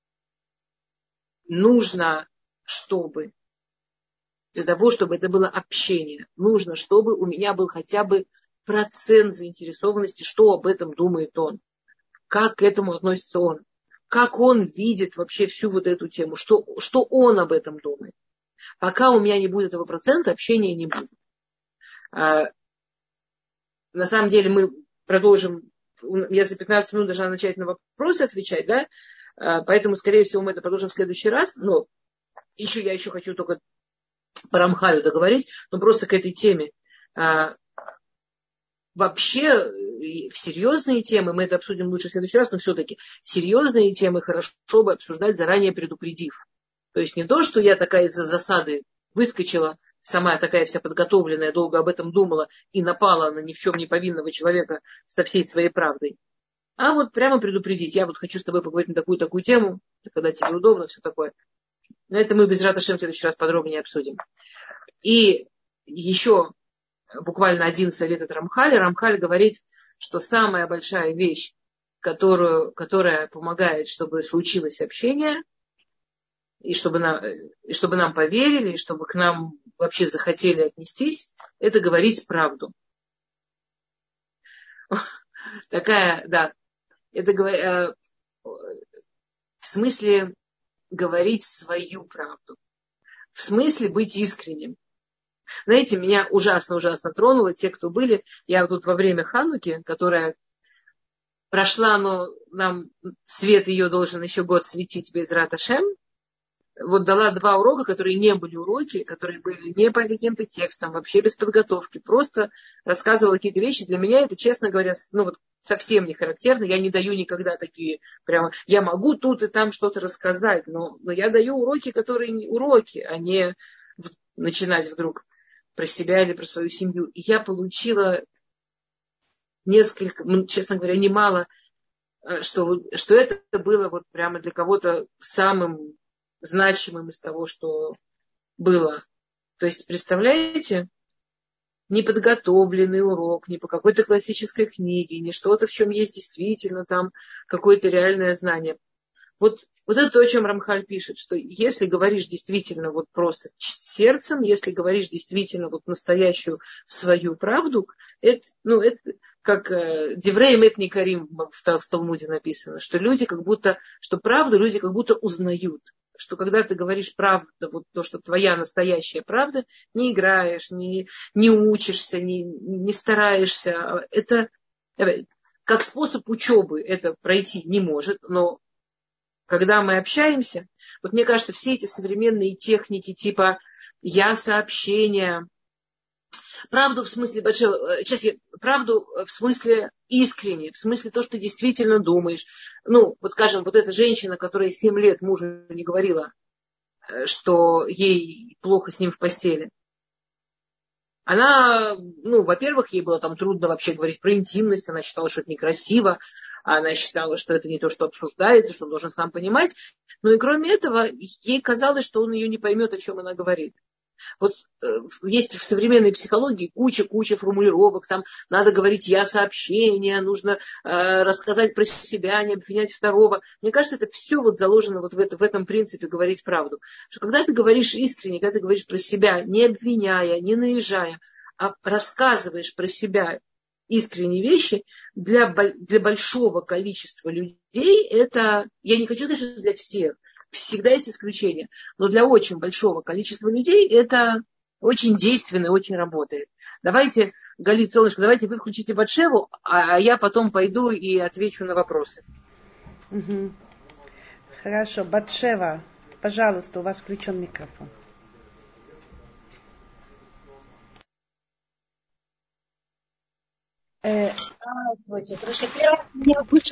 нужно, чтобы, для того, чтобы это было общение, нужно, чтобы у меня был хотя бы процент заинтересованности, что об этом думает он, как к этому относится он, как он видит вообще всю вот эту тему, что, что он об этом думает. Пока у меня не будет этого процента, общения не будет. А, на самом деле мы продолжим, я за пятнадцать минут должна начать на вопросы отвечать, да, а, поэтому, скорее всего, мы это продолжим в следующий раз, но еще я еще хочу только по Рамхалю договорить, но просто к этой теме. А, вообще, в серьезные темы, мы это обсудим лучше в следующий раз, но все-таки серьезные темы хорошо бы обсуждать, заранее предупредив. То есть не то, что я такая из-за засады выскочила, сама такая вся подготовленная, долго об этом думала и напала на ни в чем не повинного человека со всей своей правдой. А вот прямо предупредить. Я вот хочу с тобой поговорить на такую-такую тему, когда тебе удобно, все такое. Но это мы без Рата Шем в следующий раз подробнее обсудим. И еще буквально один совет от Рамхаля. Рамхаль говорит, что самая большая вещь, которую, которая помогает, чтобы случилось общение, и чтобы, нам, и чтобы нам поверили, и чтобы к нам вообще захотели отнестись, это говорить правду. Такая, да, это в смысле говорить свою правду. В смысле быть искренним. Знаете, меня ужасно-ужасно тронуло те, кто были. Я тут во время Хануки, которая прошла, но нам свет ее должен еще год светить без Рат Ашем, вот дала два урока, которые не были уроки, которые были не по каким-то текстам, вообще без подготовки. Просто рассказывала какие-то вещи. Для меня это, честно говоря, ну вот совсем не характерно. Я не даю никогда такие прямо... Я могу тут и там что-то рассказать, но, но я даю уроки, которые не уроки, а не в... начинать вдруг про себя или про свою семью. И я получила несколько, честно говоря, немало, что, что это было вот прямо для кого-то самым значимым из того, что было. То есть, представляете, неподготовленный урок, не по какой-то классической книге, не что-то, в чем есть действительно там какое-то реальное знание. Вот, вот это то, о чем Рамхаль пишет, что если говоришь действительно вот просто сердцем, если говоришь действительно вот настоящую свою правду, это, ну, это как э, Деврей Мет Никарим в, в Талмуде написано, что люди как будто, что правду люди как будто узнают. Что когда ты говоришь правду, вот то, что твоя настоящая правда, не играешь, не, не учишься, не, не стараешься. Это как способ учебы это пройти не может, но когда мы общаемся, вот мне кажется, все эти современные техники типа я сообщения, правду в смысле большого, сейчас я, правду в смысле искренне, в смысле то, что ты действительно думаешь. Ну, вот скажем, вот эта женщина, которая семь лет мужу не говорила, что ей плохо с ним в постели. Она, ну, во-первых, ей было там трудно вообще говорить про интимность, она считала, что это некрасиво, она считала, что это не то, что обсуждается, что он должен сам понимать. Но и кроме этого, ей казалось, что он ее не поймет, о чем она говорит. Вот э, есть в современной психологии куча-куча формулировок, там надо говорить «я сообщение», нужно э, рассказать про себя, не обвинять второго. Мне кажется, это все вот заложено вот в, это, в этом принципе говорить правду. Что когда ты говоришь искренне, когда ты говоришь про себя, не обвиняя, не наезжая, а рассказываешь про себя искренние вещи, для, для большого количества людей это, я не хочу сказать, что для всех, всегда есть исключения. Но для очень большого количества людей это очень действенно и очень работает. Давайте, Галит, солнышко, давайте вы включите Батшеву, а я потом пойду и отвечу на вопросы. Угу. Хорошо. Батшева, пожалуйста, у вас включен микрофон. Э, Здравствуйте. Короче, первый раз меня вышел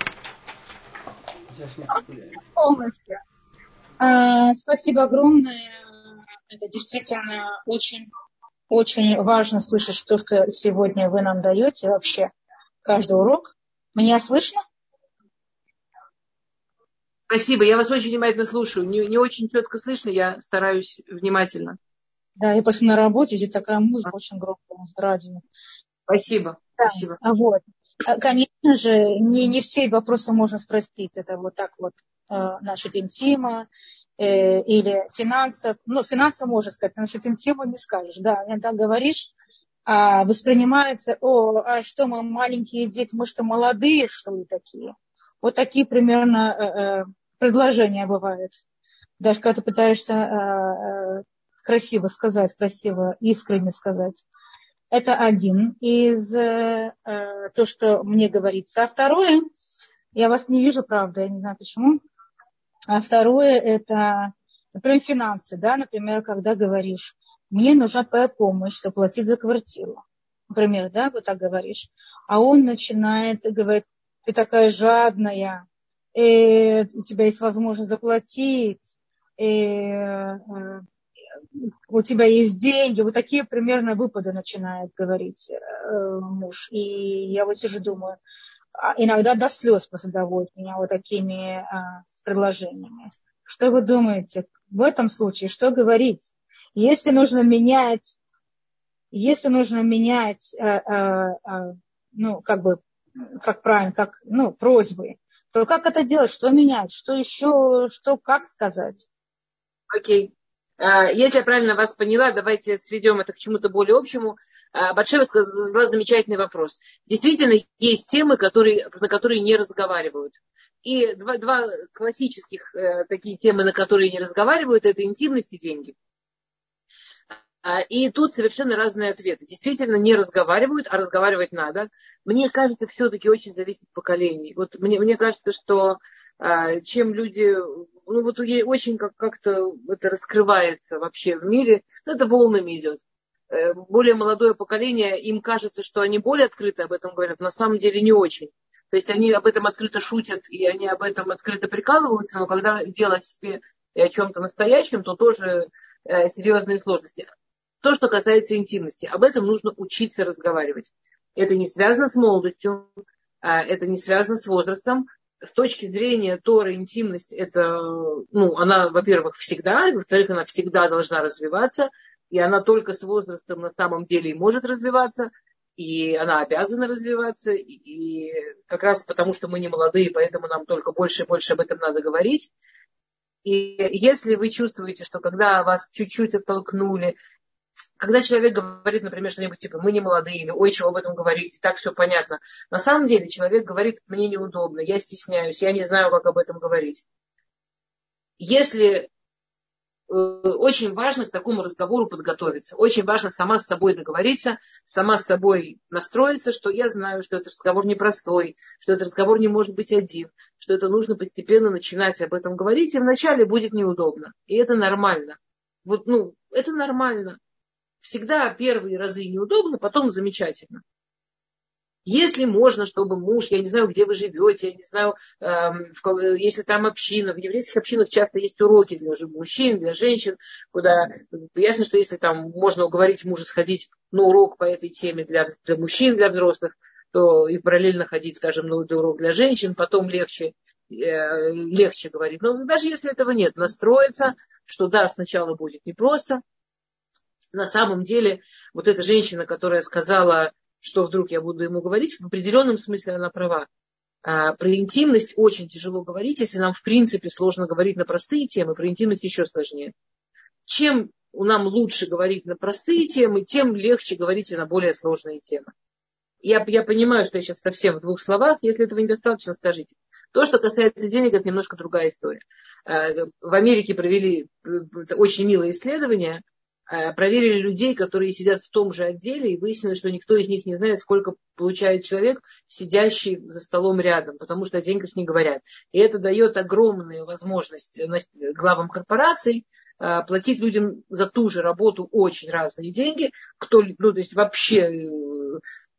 полностью. А, спасибо огромное. Это действительно очень, очень важно слышать то, что сегодня вы нам даете вообще каждый урок. Меня слышно? Спасибо, я вас очень внимательно слушаю. Не, не очень четко слышно, я стараюсь внимательно. Да, я просто на работе, здесь такая музыка очень громкая, радио. Спасибо, Да, спасибо. вот. Конечно же, не, не все вопросы можно спросить. Это вот так вот э, насчет интима э, или финансов. Ну, финансы можно сказать, насчет интима не скажешь. Да, иногда говоришь, а воспринимается, о, а что мы маленькие дети, мы что, молодые, что ли, такие? Вот такие примерно э, э, предложения бывают. Даже когда ты пытаешься э, э, красиво сказать, красиво, искренне сказать. Это один из э, то, что мне говорится. А второе, я вас не вижу, правда, я не знаю почему. А второе, это, например, финансы, да, например, когда говоришь, мне нужна твоя помощь, чтобы платить за квартиру. Например, да, вот так говоришь. А он начинает говорить, ты такая жадная, э, у тебя есть возможность заплатить, э, э, у тебя есть деньги, вот такие примерно выпады начинает говорить э, муж. И я вот сижу думаю, иногда до слез просто доводит меня вот такими э, предложениями. Что вы думаете в этом случае, что говорить? Если нужно менять, если нужно менять, э, э, э, ну, как бы, как правильно, как, ну, просьбы, то как это делать, что менять, что еще, что, как сказать? Окей. Если я правильно вас поняла, давайте сведем это к чему-то более общему. Батшева задала замечательный вопрос. Действительно, есть темы, которые, на которые не разговаривают. И два, два классических э, такие темы, на которые не разговаривают, это интимность и деньги. И тут совершенно разные ответы. Действительно, не разговаривают, а разговаривать надо. Мне кажется, все-таки очень зависит от поколений. Вот мне, мне кажется, что э, чем люди... Ну вот очень как- как-то это раскрывается вообще в мире, ну, это волнами идет. Э, более молодое поколение, им кажется, что они более открыто об этом говорят, на самом деле не очень. То есть они об этом открыто шутят, и они об этом открыто прикалываются, но когда дело о себе и о чем-то настоящем, то тоже э, серьезные сложности. То, что касается интимности, об этом нужно учиться разговаривать. Это не связано с молодостью, это не связано с возрастом. С точки зрения Торы интимность, это, ну, она, во-первых, всегда, и, во-вторых, она всегда должна развиваться, и она только с возрастом на самом деле и может развиваться, и она обязана развиваться, и, и как раз потому, что мы не молодые, поэтому нам только больше и больше об этом надо говорить. И если вы чувствуете, что когда вас чуть-чуть оттолкнули, когда человек говорит, например, что-нибудь типа «мы не молодые» или «ой, чего об этом говорить», так все понятно. На самом деле человек говорит «мне неудобно, я стесняюсь, я не знаю, как об этом говорить». Если э, очень важно к такому разговору подготовиться, очень важно сама с собой договориться, сама с собой настроиться, что я знаю, что этот разговор непростой, что этот разговор не может быть один, что это нужно постепенно начинать об этом говорить, и вначале будет неудобно. И это нормально. Вот, ну, это нормально. Всегда первые разы неудобно, потом замечательно. Если можно, чтобы муж, я не знаю, где вы живете, я не знаю, эм, в, если там община, в еврейских общинах часто есть уроки для мужчин, для женщин, куда ясно, что если там можно уговорить мужа сходить на урок по этой теме для, для мужчин, для взрослых, то и параллельно ходить, скажем, на урок для женщин, потом легче, э, легче говорить. Но даже если этого нет, настроиться, что да, сначала будет непросто. На самом деле, вот эта женщина, которая сказала, что вдруг я буду ему говорить, в определенном смысле она права. А про интимность очень тяжело говорить, если нам в принципе сложно говорить на простые темы, про интимность еще сложнее. Чем нам лучше говорить на простые темы, тем легче говорить и на более сложные темы. Я, я понимаю, что я сейчас совсем в двух словах, если этого недостаточно, скажите. То, что касается денег, это немножко другая история. В Америке провели очень милое исследование, проверили людей, которые сидят в том же отделе, и выяснилось, что никто из них не знает, сколько получает человек, сидящий за столом рядом, потому что о деньгах не говорят. И это дает огромную возможность главам корпораций платить людям за ту же работу очень разные деньги, кто, ну, то есть вообще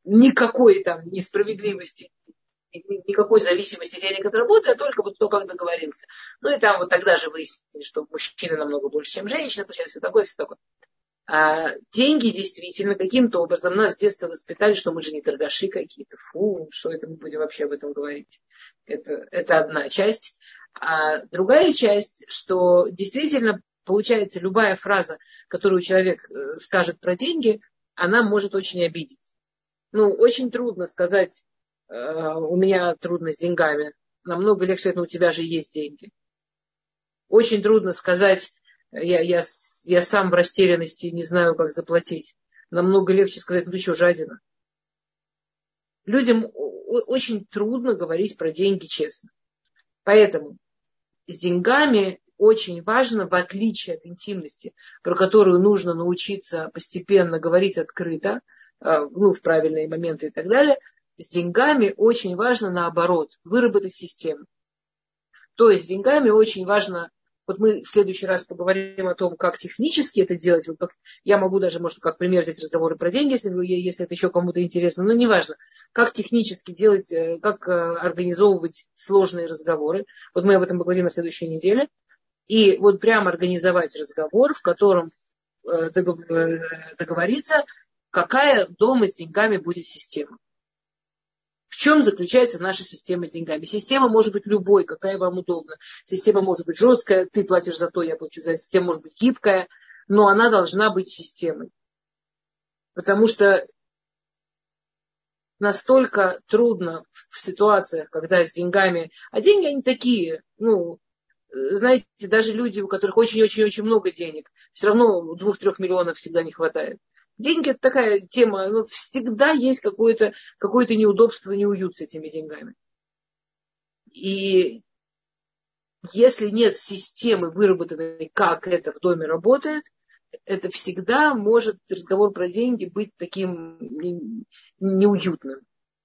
никакой там несправедливости, никакой зависимости денег от работы, а только вот кто как договорился. Ну и там вот тогда же выяснили, что мужчины намного больше, чем женщины, получается все такое, все такое. А деньги действительно каким-то образом нас с детства воспитали, что мы же не торгаши какие-то. Фу, что это мы будем вообще об этом говорить. Это, это одна часть. А другая часть, что действительно получается любая фраза, которую человек скажет про деньги, она может очень обидеть. Ну, очень трудно сказать, э, у меня трудно с деньгами. Намного легче сказать, ну, у тебя же есть деньги. Очень трудно сказать, я, я, я сам в растерянности не знаю, как заплатить. Намного легче сказать, ну, ты что, жадина? Людям очень трудно говорить про деньги честно. Поэтому с деньгами очень важно, в отличие от интимности, про которую нужно научиться постепенно говорить открыто, ну, в правильные моменты и так далее, с деньгами очень важно, наоборот, выработать систему. То есть с деньгами очень важно, вот мы в следующий раз поговорим о том, как технически это делать. Вот как, я могу даже, может, как пример взять разговоры про деньги, если, если это еще кому-то интересно, но неважно, как технически делать, как организовывать сложные разговоры. Вот мы об этом поговорим на следующей неделе. И вот прямо организовать разговор, в котором договориться, какая дома с деньгами будет система. В чем заключается наша система с деньгами? Система может быть любой, какая вам удобна. Система может быть жесткая, ты платишь за то, я плачу за это. Система может быть гибкая, но она должна быть системой. Потому что настолько трудно в ситуациях, когда с деньгами... А деньги, они такие, ну... Знаете, даже люди, у которых очень-очень-очень много денег, все равно двух-трех миллионов всегда не хватает. Деньги – это такая тема, ну, всегда есть какое-то, какое-то неудобство, неуют с этими деньгами. И если нет системы, выработанной, как это в доме работает, это всегда может разговор про деньги быть таким неуютным.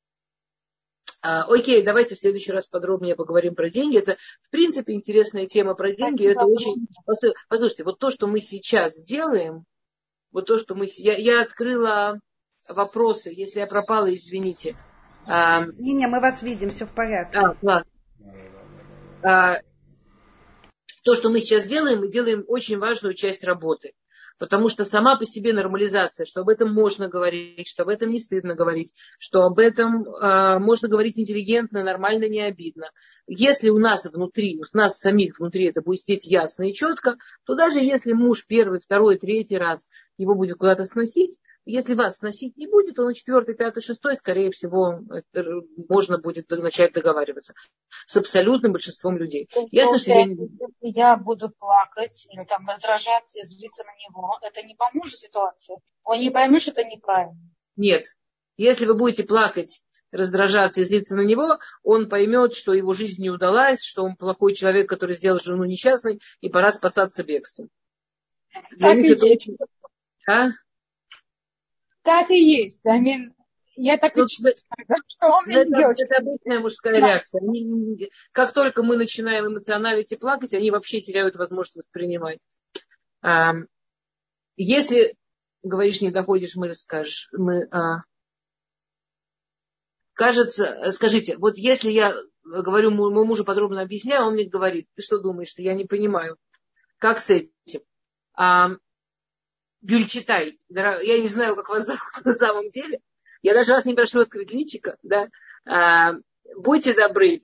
А, окей, давайте в следующий раз подробнее поговорим про деньги. Это, в принципе, интересная тема про деньги. Это очень... Послушайте, вот то, что мы сейчас делаем, вот то, что мы... Я, я открыла вопросы. Если я пропала, извините. Не-не, мы вас видим, все в порядке. А, ладно. А, то, что мы сейчас делаем, мы делаем очень важную часть работы. Потому что сама по себе нормализация, что об этом можно говорить, что об этом не стыдно говорить, что об этом э, можно говорить интеллигентно, нормально, не обидно. Если у нас внутри, у нас самих внутри это будет сидеть ясно и четко, то даже если муж первый, второй, третий раз его будет куда-то сносить, если вас сносить не будет, то на четвертый, пятый, шестой, скорее всего, это, можно будет начать договариваться с абсолютным большинством людей. Ясно, что я... Если я буду плакать, или там раздражаться, злиться на него, это не поможет ситуации. Он не поймет, что это неправильно. Нет. Если вы будете плакать, раздражаться и злиться на него, он поймет, что его жизнь не удалась, что он плохой человек, который сделал жену несчастной, и пора спасаться бегством. Для Так них и это есть. очень... А? Так и есть. I mean, я так и Ну, чувствую, что он мне это, не делает. это обычная мужская реакция. Они, как только мы начинаем эмоционалить и плакать, они вообще теряют возможность воспринимать. А, если, говоришь, не доходишь, мы расскажешь. Мы, а, кажется, скажите, вот если я говорю моему мужу подробно объясняю, он мне говорит, ты что думаешь, что я не понимаю, как с этим? А, Гюльчатай, я не знаю, как вас зовут на самом деле. Я даже вас не прошу открыть личико, да. А, будьте добры,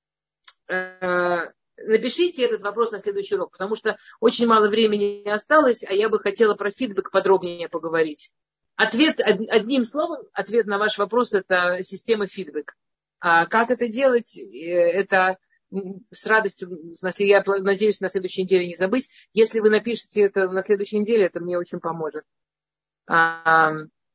а, напишите этот вопрос на следующий урок, потому что очень мало времени осталось, а я бы хотела про фидбэк подробнее поговорить. Ответ, одним словом, ответ на ваш вопрос – это система фидбэк. А как это делать? Это с радостью, в смысле, я надеюсь, на следующей неделе не забыть. Если вы напишете это на следующей неделе, это мне очень поможет. А,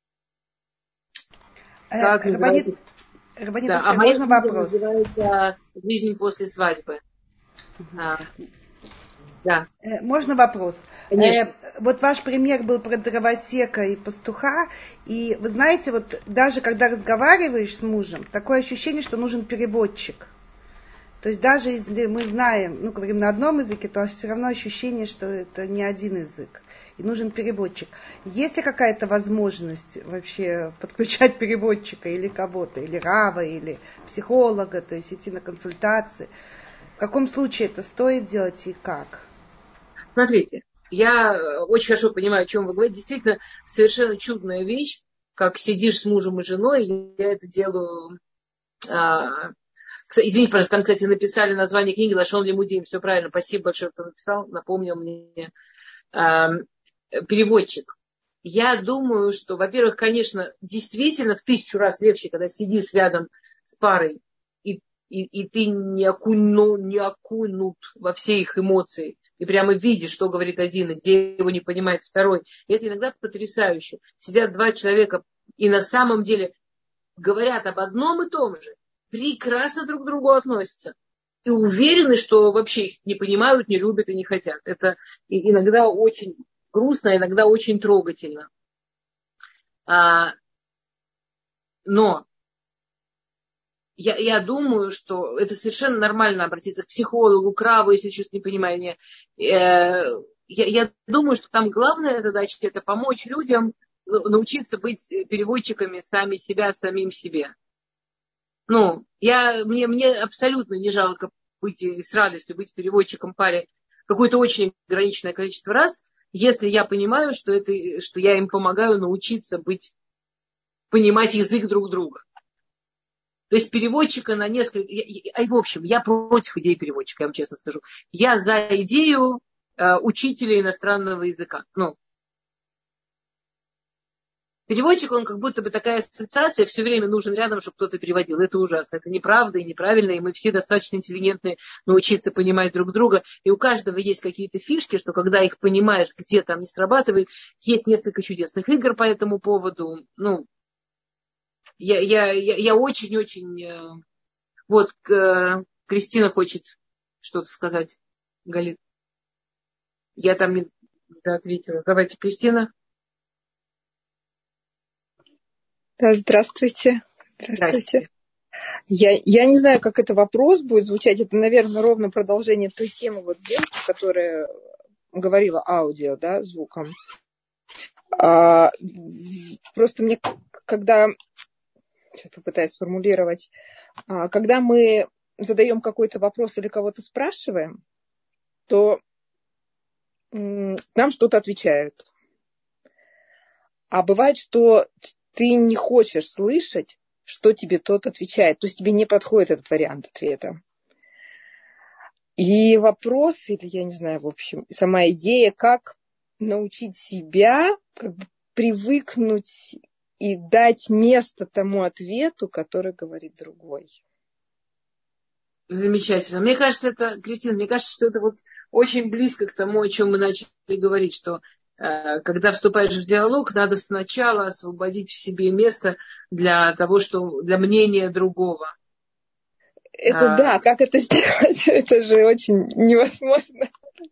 как Рабанит, Рабанит, да. А можно вопрос? Называется «Жизнь после свадьбы». Uh-huh. А, да. Можно вопрос? Конечно. Вот ваш пример был про дровосека и пастуха, и вы знаете, вот даже когда разговариваешь с мужем, такое ощущение, что нужен переводчик. То есть даже если мы знаем, ну, говорим на одном языке, то все равно ощущение, что это не один язык. И и нужен переводчик. Есть ли какая-то возможность вообще подключать переводчика или кого-то, или рава, или психолога, то есть идти на консультации? В каком случае это стоит делать и как? Смотрите, я очень хорошо понимаю, о чем вы говорите. Действительно, совершенно чудная вещь, как сидишь с мужем и женой. Я это делаю... А, извините, пожалуйста, там, кстати, написали название книги «Лашон лимудим». Все правильно, спасибо большое, кто написал, напомнил мне. А, переводчик. Я думаю, что, во-первых, конечно, действительно в тысячу раз легче, когда сидишь рядом с парой, и, и, и ты не, окуну, не окунут во все их эмоции, и прямо видишь, что говорит один, и где его не понимает второй. И это иногда потрясающе. Сидят два человека, и на самом деле говорят об одном и том же, прекрасно друг к другу относятся. И уверены, что вообще их не понимают, не любят и не хотят. Это иногда очень грустно, иногда очень трогательно. А, но я, я думаю, что это совершенно нормально обратиться к психологу, к раву, если чувство непонимания. Я, я думаю, что там главная задача – это помочь людям научиться быть переводчиками сами себя, самим себе. Ну, я, мне, мне абсолютно не жалко быть с радостью, быть переводчиком паре какое-то очень ограниченное количество раз, если я понимаю, что, это, что я им помогаю научиться быть, понимать язык друг друга. То есть переводчика на несколько... Я, в общем, я против идеи переводчика, я вам честно скажу. Я за идею э, учителя иностранного языка. Ну, переводчик, он как будто бы такая ассоциация, все время нужен рядом, чтобы кто-то переводил. Это ужасно, это неправда и неправильно, и мы все достаточно интеллигентные научиться понимать друг друга. И у каждого есть какие-то фишки, что когда их понимаешь, где там не срабатывает, есть несколько чудесных игр по этому поводу. Ну, я, я, я, я очень-очень... Вот, Кристина хочет что-то сказать. Галит. Я там не ответила. Давайте, Кристина. Да, здравствуйте. Здравствуйте. Здравствуйте. Я, я не знаю, как это вопрос будет звучать. Это, наверное, ровно продолжение той темы, вот девушки, которая говорила аудио, да, звуком. А, просто мне, когда... Сейчас попытаюсь сформулировать. А, когда мы задаем какой-то вопрос или кого-то спрашиваем, то м, нам что-то отвечают. А бывает, что ты не хочешь слышать, что тебе тот отвечает. То есть тебе не подходит этот вариант ответа. И вопрос, или я не знаю, в общем, сама идея, как научить себя как бы привыкнуть и дать место тому ответу, который говорит другой. Замечательно. Мне кажется, это, Кристина, мне кажется, что это вот очень близко к тому, о чем мы начали говорить, что когда вступаешь в диалог, надо сначала освободить в себе место для того, что для мнения другого. Это а... да, как это сделать? Это же очень невозможно.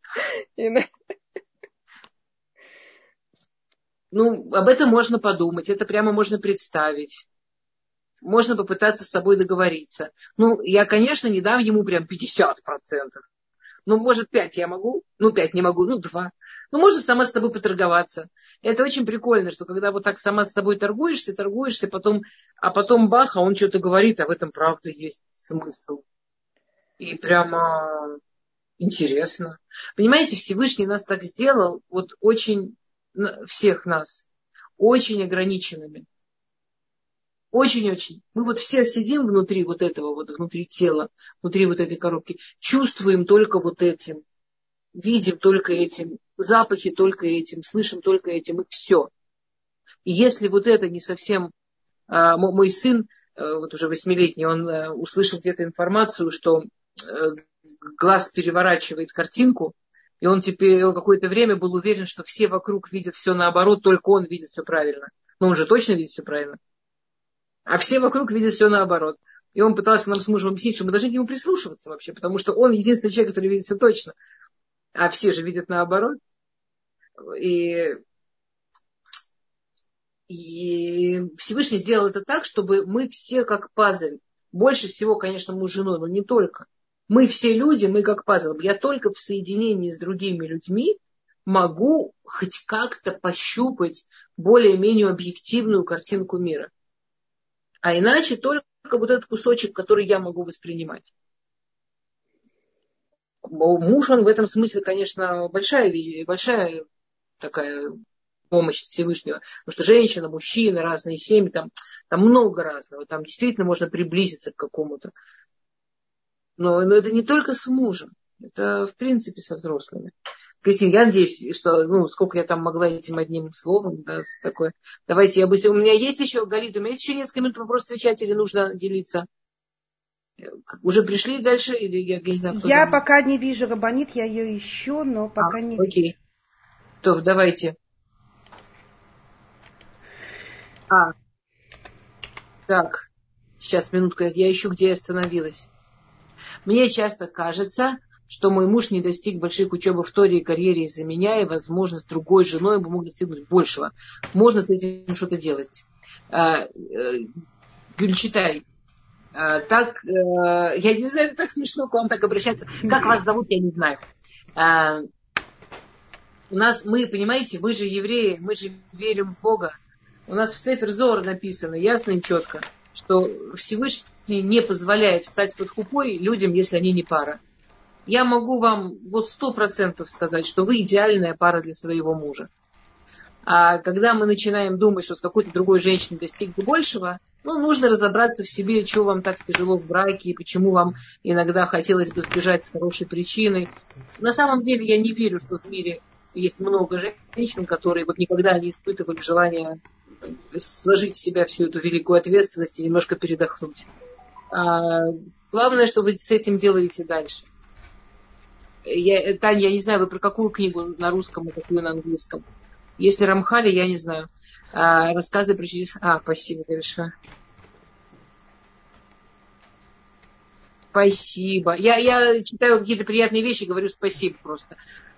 Ну, об этом можно подумать, это прямо можно представить. Можно попытаться с собой договориться. Ну, я, конечно, не дам ему прям пятьдесят процентов. Ну, может, пять я могу, ну, пять не могу, ну, два. Ну, можно сама с собой поторговаться. Это очень прикольно, что когда вот так сама с собой торгуешься, торгуешься, потом, а потом бах, а он что-то говорит, а в этом правда есть смысл. И прямо интересно. Понимаете, Всевышний нас так сделал, вот очень, всех нас, очень ограниченными. Очень-очень. Мы вот все сидим внутри вот этого, вот внутри тела, внутри вот этой коробки, чувствуем только вот этим, видим только этим, запахи только этим, слышим только этим, и все. И если вот это не совсем... А, мой сын, вот уже восьмилетний, он услышал где-то информацию, что глаз переворачивает картинку, и он теперь он какое-то время был уверен, что все вокруг видят все наоборот, только он видит все правильно. Но он же точно видит все правильно. А все вокруг видят все наоборот. И он пытался нам с мужем объяснить, что мы должны к нему прислушиваться вообще, потому что он единственный человек, который видит все точно. А все же видят наоборот. И, и Всевышний сделал это так, чтобы мы все как пазл. Больше всего, конечно, муж с женой, но не только. Мы все люди, мы как пазл. Я только в соединении с другими людьми могу хоть как-то пощупать более-менее объективную картинку мира. А иначе только вот этот кусочек, который я могу воспринимать. Муж, он в этом смысле, конечно, большая, большая такая помощь от Всевышнего. Потому что женщина, мужчина, разные семьи, там, там много разного. Там действительно можно приблизиться к какому-то. Но, но это не только с мужем. Это, в принципе, со взрослыми. Кристина, я надеюсь, что, ну, сколько я там могла этим одним словом, да, такое. Давайте я быстро. У меня есть еще, Галит, у меня есть еще несколько минут вопрос отвечать или нужно делиться? Уже пришли дальше? Или я, я не знаю, кто Я там... пока не вижу Рабанит, я ее ищу, но пока а, не окей. вижу. То, давайте. А, так, сейчас, минутку, я ищу, где я остановилась. Мне часто кажется, что мой муж не достиг больших учебы в Торе и карьере из-за меня, и, возможно, с другой женой бы мог достигнуть большего. Можно с этим что-то делать. Гюльчатай, так, я не знаю, это так смешно к вам так обращаться. Как вас зовут, я не знаю. У нас, мы, понимаете, мы же евреи, мы же верим в Бога. У нас в Сефер Зоар написано ясно и четко, что Всевышний не позволяет встать под хупой людям, если они не пара. Я могу вам вот сто процентов сказать, что вы идеальная пара для своего мужа. А когда мы начинаем думать, что с какой-то другой женщиной достигли большего, ну, нужно разобраться в себе, чего вам так тяжело в браке, и почему вам иногда хотелось бы сбежать с хорошей причиной. На самом деле я не верю, что в мире есть много женщин, которые вот никогда не испытывали желания сложить в себя всю эту великую ответственность и немножко передохнуть. А главное, что вы с этим делаете дальше. Я, Таня, я не знаю, вы про какую книгу на русском и какую на английском. Если Рамхали, я не знаю. А, рассказы про чудес... А, спасибо большое. Спасибо. Я, я читаю какие-то приятные вещи, говорю спасибо просто.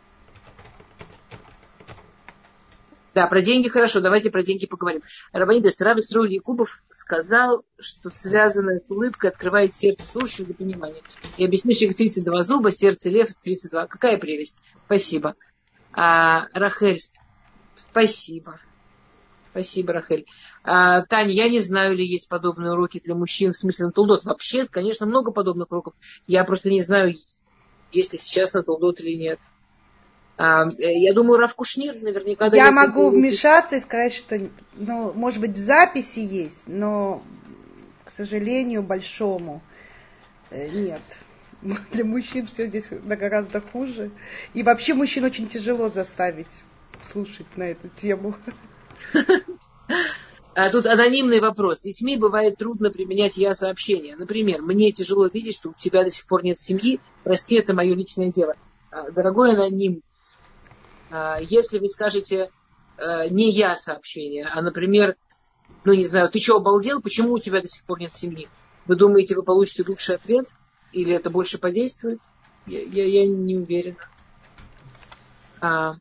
Да, про деньги хорошо, давайте про деньги поговорим. Рабанит Рав Исроэль Якубов сказал, что связанная с улыбкой открывает сердце слушающего для понимания. И объяснишь тридцать два зуба, сердце лев тридцать два. Какая прелесть. Спасибо. А, Рахель, спасибо. Спасибо, Рахель. А, Таня, я не знаю, ли есть подобные уроки для мужчин, в смысле на Толдот. Вообще, конечно, много подобных уроков. Я просто не знаю, есть ли сейчас на Толдот или нет. А, я думаю, Рав Кушнир наверняка... Я могу уроки. Вмешаться и сказать, что, ну, может быть, в записи есть, но, к сожалению, большому нет. Для мужчин все здесь гораздо хуже. И вообще мужчин очень тяжело заставить слушать на эту тему. А тут анонимный вопрос. С детьми бывает трудно применять я-сообщения. Например, мне тяжело видеть, что у тебя до сих пор нет семьи. Прости, это мое личное дело. Дорогой аноним, если вы скажете не я-сообщение, а, например, ну, не знаю, ты что, обалдел? Почему у тебя до сих пор нет семьи? Вы думаете, вы получите лучший ответ? Или это больше подействует? Я, я, я не уверена. А...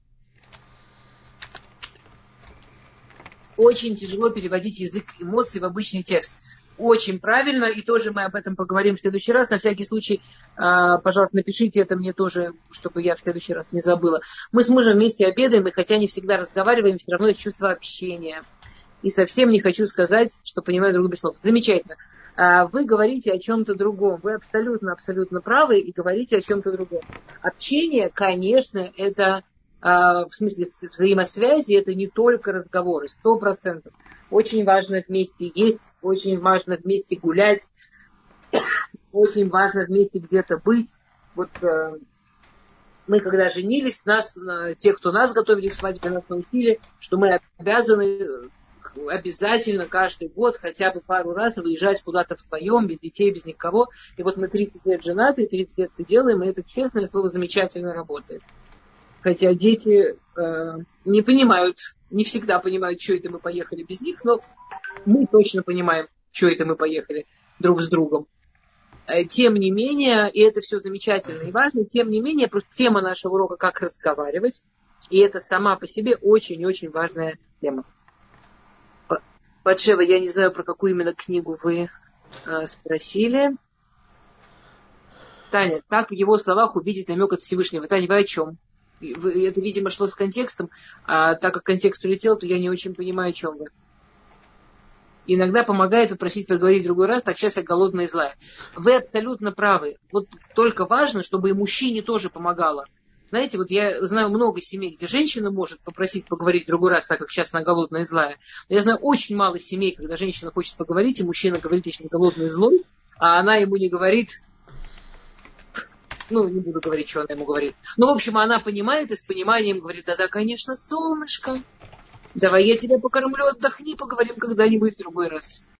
Очень тяжело переводить язык эмоций в обычный текст. Очень правильно, и тоже мы об этом поговорим в следующий раз. На всякий случай, пожалуйста, напишите это мне тоже, чтобы я в следующий раз не забыла. Мы с мужем вместе обедаем, и хотя не всегда разговариваем, все равно есть чувство общения. И совсем не хочу сказать, что понимаю друг без слов. Замечательно. Вы говорите о чем-то другом. Вы абсолютно, абсолютно правы и говорите о чем-то другом. Общение, конечно, это... в смысле взаимосвязи, это не только разговоры, сто процентов. Очень важно вместе есть, очень важно вместе гулять, очень важно вместе где-то быть. Вот э, мы когда женились, нас, те, кто нас готовили к свадьбе, нас научили, что мы обязаны обязательно каждый год хотя бы пару раз выезжать куда-то вдвоем, без детей, без никого. И вот мы тридцать лет женаты, тридцать лет это делаем, и это, честное слово, замечательно работает. Хотя дети э, не понимают, не всегда понимают, что это мы поехали без них, но мы точно понимаем, что это мы поехали друг с другом. Э, тем не менее, и это все замечательно и важно, тем не менее, просто тема нашего урока «Как разговаривать», и это сама по себе очень-очень важная тема. Батшева, я не знаю, про какую именно книгу вы э, спросили. Таня, как в его словах увидеть намек от Всевышнего? Таня, вы о чем? Это, видимо, шло с контекстом, а так как контекст улетел, то я не очень понимаю, о чем вы. Иногда помогает попросить поговорить в другой раз, так сейчас я голодная и злая. Вы абсолютно правы. Вот только важно, чтобы и мужчине тоже помогало. Знаете, вот я знаю много семей, где женщина может попросить поговорить в другой раз, так как сейчас она голодная и злая. Но я знаю очень мало семей, когда женщина хочет поговорить, и мужчина говорит, что голодный и злой, а она ему не говорит, ну, не буду говорить, что она ему говорит. Ну, в общем, она понимает и с пониманием говорит, да-да, конечно, солнышко, давай я тебя покормлю, отдохни, поговорим когда-нибудь в другой раз.